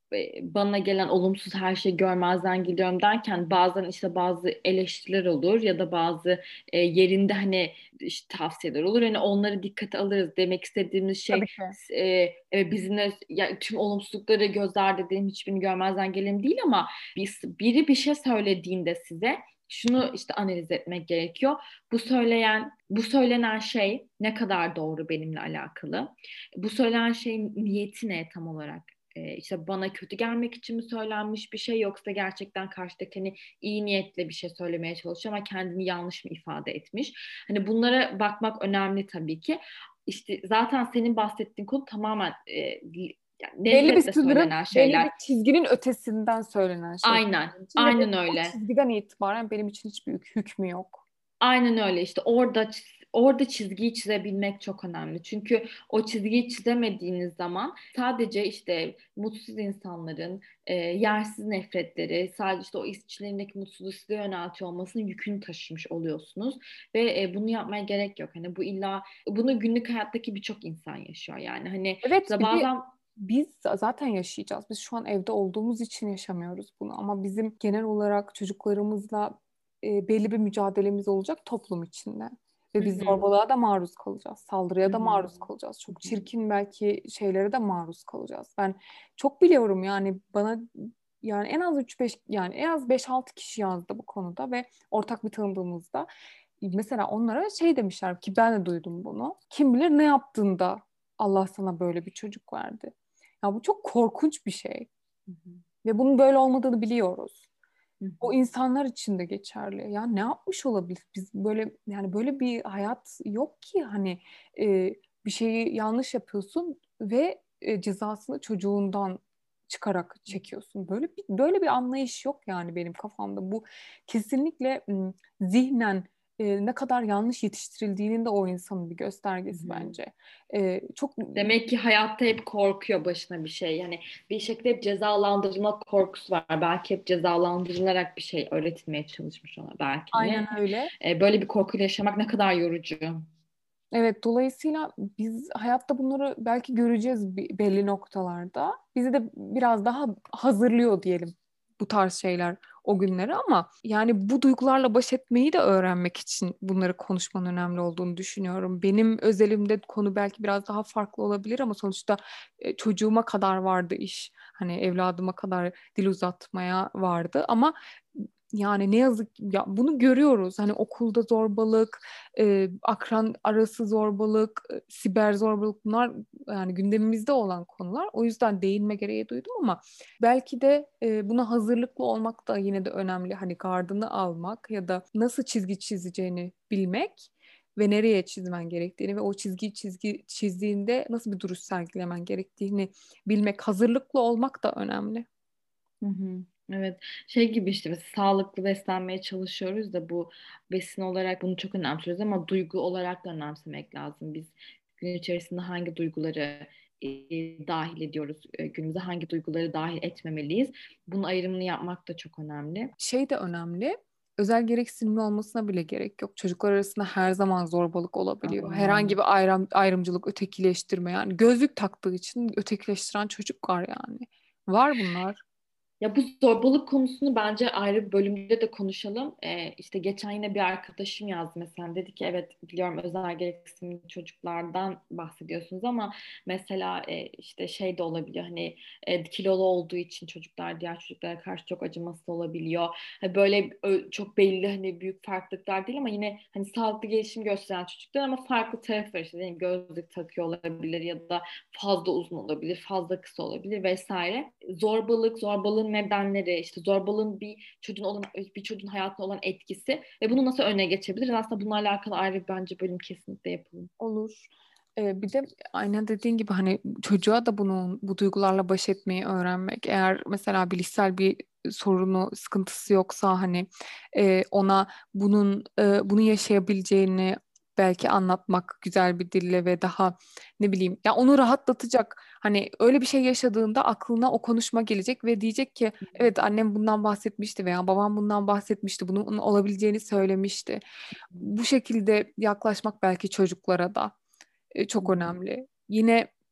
e, bana gelen olumsuz her şeyi görmezden geliyorum derken bazen işte bazı eleştiriler olur ya da bazı e, yerinde hani işte tavsiyeler olur. Hani onları dikkate alırız. Demek istediğimiz şey Tabii ki. e, evet, bizimle ya, tüm olumsuzlukları göz ardı edelim, hiçbirini görmezden gelelim değil ama biz, biri bir şey söylediğinde size şunu işte analiz etmek gerekiyor. Bu söyleyen, bu söylenen şey ne kadar doğru benimle alakalı? Bu söylenen şeyin niyeti ne tam olarak? Ee, işte bana kötü gelmek için mi söylenmiş bir şey yoksa gerçekten karşıdaki hani iyi niyetle bir şey söylemeye çalışıyor ama kendini yanlış mı ifade etmiş? Hani bunlara bakmak önemli tabii ki. İşte zaten senin bahsettiğin konu tamamen e, yani Belli bir nefretle sınırın, söylenen belli şeyler. bir çizginin ötesinden söylenen şeyler Aynen, benim için ve o, aynen o öyle. çizgiden itibaren benim için hiçbir hük- hükmü yok. Aynen öyle işte orada orada çizgiyi çizebilmek çok önemli. Çünkü o çizgiyi çizemediğiniz zaman sadece işte mutsuz insanların e, yersiz nefretleri, sadece işte o içlerindeki mutsuzluğu size yöneltiyor olmasının yükünü taşımış oluyorsunuz. Ve e, bunu yapmaya gerek yok. Hani bu illa bunu günlük hayattaki birçok insan yaşıyor yani. Hani Evet, mesela bir de bazen biz zaten yaşayacağız. Biz şu an evde olduğumuz için yaşamıyoruz bunu. Ama bizim genel olarak çocuklarımızla e, belli bir mücadelemiz olacak toplum içinde. hı Ve biz hı, zorbalığa da maruz kalacağız. hı Saldırıya da hı, maruz kalacağız. hı Çok hı, çirkin belki şeylere de maruz kalacağız. Ben çok biliyorum yani bana yani en az üç beş yani en az beş altı kişi yazdı bu konuda ve ortak bir tanıdığımızda mesela onlara şey demişler ki ben de duydum bunu. Kim bilir ne yaptığında Allah sana böyle bir çocuk verdi. Ya bu çok korkunç bir şey. hı hı, Ve bunun böyle olmadığını biliyoruz. hı hı. O insanlar için de geçerli. Ya ne yapmış olabilir? Biz böyle yani böyle bir hayat yok ki hani e, bir şeyi yanlış yapıyorsun ve e, cezasını çocuğundan çıkarak çekiyorsun. Böyle bir böyle bir anlayış yok yani benim kafamda. Bu kesinlikle m, zihnen e, ne kadar yanlış yetiştirildiğinin de o insanın bir Hı göstergesi hı. bence. E, çok Demek ki hayatta hep korkuyor başına bir şey. Yani bir şekilde hep cezalandırılma korkusu var. Belki hep cezalandırılarak bir şey öğretilmeye çalışmış ona belki aynen hani. öyle. E, böyle bir korkuyla yaşamak ne kadar yorucu. Evet, dolayısıyla biz hayatta bunları belki göreceğiz bi- belli noktalarda. Bizi de biraz daha hazırlıyor diyelim bu tarz şeyler o günlere ama yani bu duygularla baş etmeyi de öğrenmek için bunları konuşmanın önemli olduğunu düşünüyorum. Benim özelimde konu belki biraz daha farklı olabilir ama sonuçta e, çocuğuma kadar vardı iş. Hani evladıma kadar dil uzatmaya vardı ama yani ne yazık ki ya bunu görüyoruz. Hani okulda zorbalık, e, akran arası zorbalık, e, siber zorbalık bunlar yani gündemimizde olan konular. O yüzden değinme gereği duydum ama belki de e, buna hazırlıklı olmak da yine de önemli. Hani gardını almak ya da nasıl çizgi çizeceğini bilmek ve nereye çizmen gerektiğini ve o çizgiyi çizgi çizdiğinde nasıl bir duruş sergilemen gerektiğini bilmek, hazırlıklı olmak da önemli. Hı hı. Evet, şey gibi işte mesela sağlıklı beslenmeye çalışıyoruz da bu besin olarak bunu çok önemsiyoruz ama duygu olarak da önemsemek lazım. Biz gün içerisinde hangi duyguları e, dahil ediyoruz, e, günümüze hangi duyguları dahil etmemeliyiz. Bunun ayrımını yapmak da çok önemli. Şey de önemli. Özel gereksinimli olmasına bile gerek yok. Çocuklar arasında her zaman zorbalık olabiliyor. Aynen öyle. Herhangi bir ayrım, ayrımcılık, ötekileştirme yani gözlük taktığı için ötekileştiren çocuk var yani. Var bunlar. Ya bu zorbalık konusunu bence ayrı bir bölümde de konuşalım. Ee, işte geçen yine bir arkadaşım yazdı mesela dedi ki evet biliyorum özel gereksinimli çocuklardan bahsediyorsunuz ama mesela e, işte şey de olabiliyor hani e, kilolu olduğu için çocuklar diğer çocuklara karşı çok acımasız olabiliyor. Hani böyle ö, çok belli hani büyük farklılıklar değil ama yine hani sağlıklı gelişim gösteren çocuklar ama farklı tarafı var işte değil mi? Gözlük takıyor olabilir ya da fazla uzun olabilir, fazla kısa olabilir vesaire. Zorbalık, zorbalığın nedenleri, işte zorbalığın bir çocuğun olan bir çocuğun hayatına olan etkisi ve bunu nasıl önüne geçebiliriz? Aslında bununla alakalı ayrı bence bölüm kesinlikle yapalım. Olur. Ee, bir de aynen dediğin gibi hani çocuğa da bunu bu duygularla baş etmeyi öğrenmek. Eğer mesela bilişsel bir sorunu, sıkıntısı yoksa hani e, ona bunun e, bunu yaşayabileceğini belki anlatmak güzel bir dille ve daha ne bileyim ya onu rahatlatacak. Hani öyle bir şey yaşadığında aklına o konuşma gelecek ve diyecek ki evet annem bundan bahsetmişti veya babam bundan bahsetmişti. Bunun olabileceğini söylemişti. Bu şekilde yaklaşmak belki çocuklara da e, Hı çok hı. önemli. Yine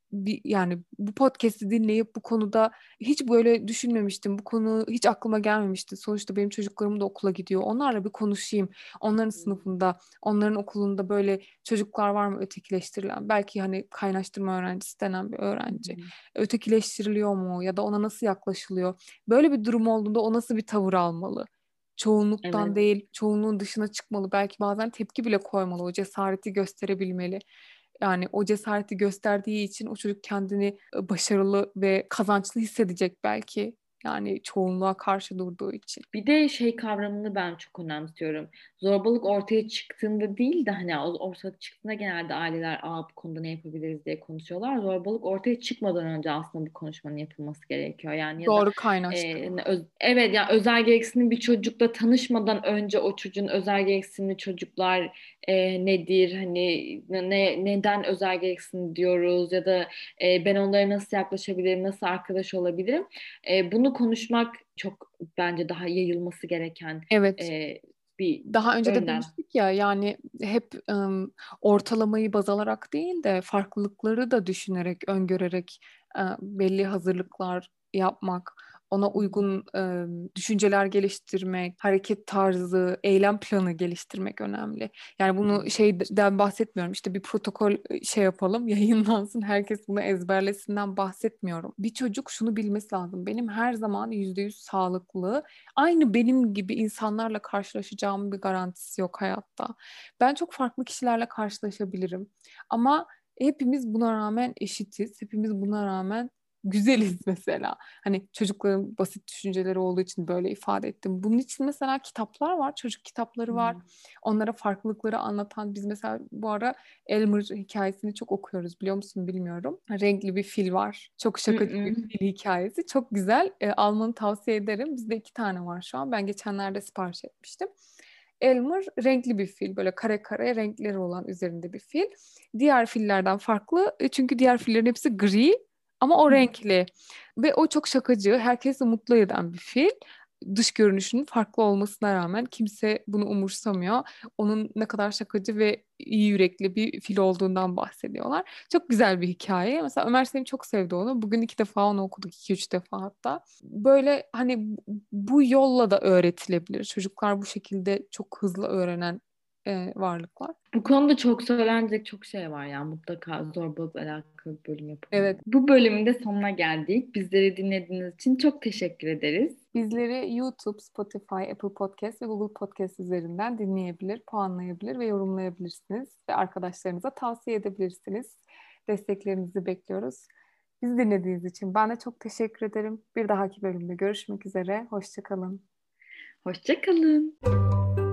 bir, yani bu podcast'i dinleyip bu konuda hiç böyle düşünmemiştim. Bu konu hiç aklıma gelmemişti. Sonuçta benim çocuklarım da okula gidiyor. Onlarla bir konuşayım. Onların sınıfında, onların okulunda böyle çocuklar var mı ötekileştirilen? Belki hani kaynaştırma öğrencisi denen bir öğrenci. Ötekileştiriliyor mu? Ya da ona nasıl yaklaşılıyor? Böyle bir durum olduğunda o nasıl bir tavır almalı? Çoğunluktan Evet. değil, çoğunluğun dışına çıkmalı. Belki bazen tepki bile koymalı. O cesareti gösterebilmeli. Yani o cesareti gösterdiği için o çocuk kendini e, başarılı ve kazançlı hissedecek belki. Yani çoğunluğa karşı durduğu için. Bir de şey kavramını ben çok önemsiyorum. Zorbalık ortaya çıktığında değil de hani o- ortaya çıktığında genelde aileler aa bu konuda ne yapabiliriz diye konuşuyorlar. Zorbalık ortaya çıkmadan önce aslında bu konuşmanın yapılması gerekiyor. Yani ya da Doğru e, kaynaştırma. öz- evet ya özel gereksinimli bir çocukla tanışmadan önce o çocuğun özel gereksinimli çocuklar e, nedir? Hani ne neden özel gereksinim diyoruz ya da e, ben onlara nasıl yaklaşabilirim, nasıl arkadaş olabilirim? E, bunu konuşmak çok bence daha yayılması gereken Evet. e, bir Daha önce de önlem. demiştik ya yani hep ım, ortalamayı baz alarak değil de farklılıkları da düşünerek, öngörerek e, belli hazırlıklar yapmak, ona Hı hı. uygun e, düşünceler geliştirmek, hareket tarzı, eylem planı geliştirmek önemli. Yani bunu Evet. şeyden bahsetmiyorum. İşte bir protokol e, şey yapalım, yayınlansın, herkes bunu ezberlesinden bahsetmiyorum. Bir çocuk şunu bilmesi lazım. Benim her zaman yüzde yüz sağlıklı, aynı benim gibi insanlarla karşılaşacağım bir garantisi yok hayatta. Ben çok farklı kişilerle karşılaşabilirim. Ama hepimiz buna rağmen eşitiz. Hepimiz buna rağmen güzeliz mesela. Hani çocukların basit düşünceleri olduğu için böyle ifade ettim. Bunun için mesela kitaplar var, çocuk kitapları var. Hı Onlara farklılıkları anlatan, biz mesela bu ara Elmer hikayesini çok okuyoruz, biliyor musun bilmiyorum. Renkli bir fil var. Çok hı. şakacı bir Hı. fil hikayesi. Çok güzel. E, almanı tavsiye ederim. Bizde iki tane var şu an. Ben geçenlerde sipariş etmiştim. Elmer renkli bir fil. Böyle kare kare renkleri olan üzerinde bir fil. Diğer fillerden farklı. E, çünkü diğer fillerin hepsi gri ama o renkli. Ve o çok şakacı, herkesi mutlu eden bir fil. Dış görünüşünün farklı olmasına rağmen kimse bunu umursamıyor. Onun ne kadar şakacı ve iyi yürekli bir fil olduğundan bahsediyorlar. Çok güzel bir hikaye. Mesela Ömer Sevim çok sevdi onu. Bugün iki defa onu okuduk, iki üç defa hatta. Böyle hani bu yolla da öğretilebilir. Çocuklar bu şekilde çok hızlı öğrenen e, varlıklar. Bu konuda çok söylenecek çok şey var ya. Mutlaka zorbalıkla alakalı bir bölüm yapılmalı. Evet. Bu bölümün de sonuna geldik. Bizleri dinlediğiniz için çok teşekkür ederiz. Bizleri YouTube, Spotify, Apple Podcast ve Google Podcast üzerinden dinleyebilir, puanlayabilir ve yorumlayabilirsiniz. Ve arkadaşlarınıza tavsiye edebilirsiniz. Desteklerinizi bekliyoruz. Bizi dinlediğiniz için ben de çok teşekkür ederim. Bir dahaki bölümde görüşmek üzere. Hoşça kalın. Hoşça kalın.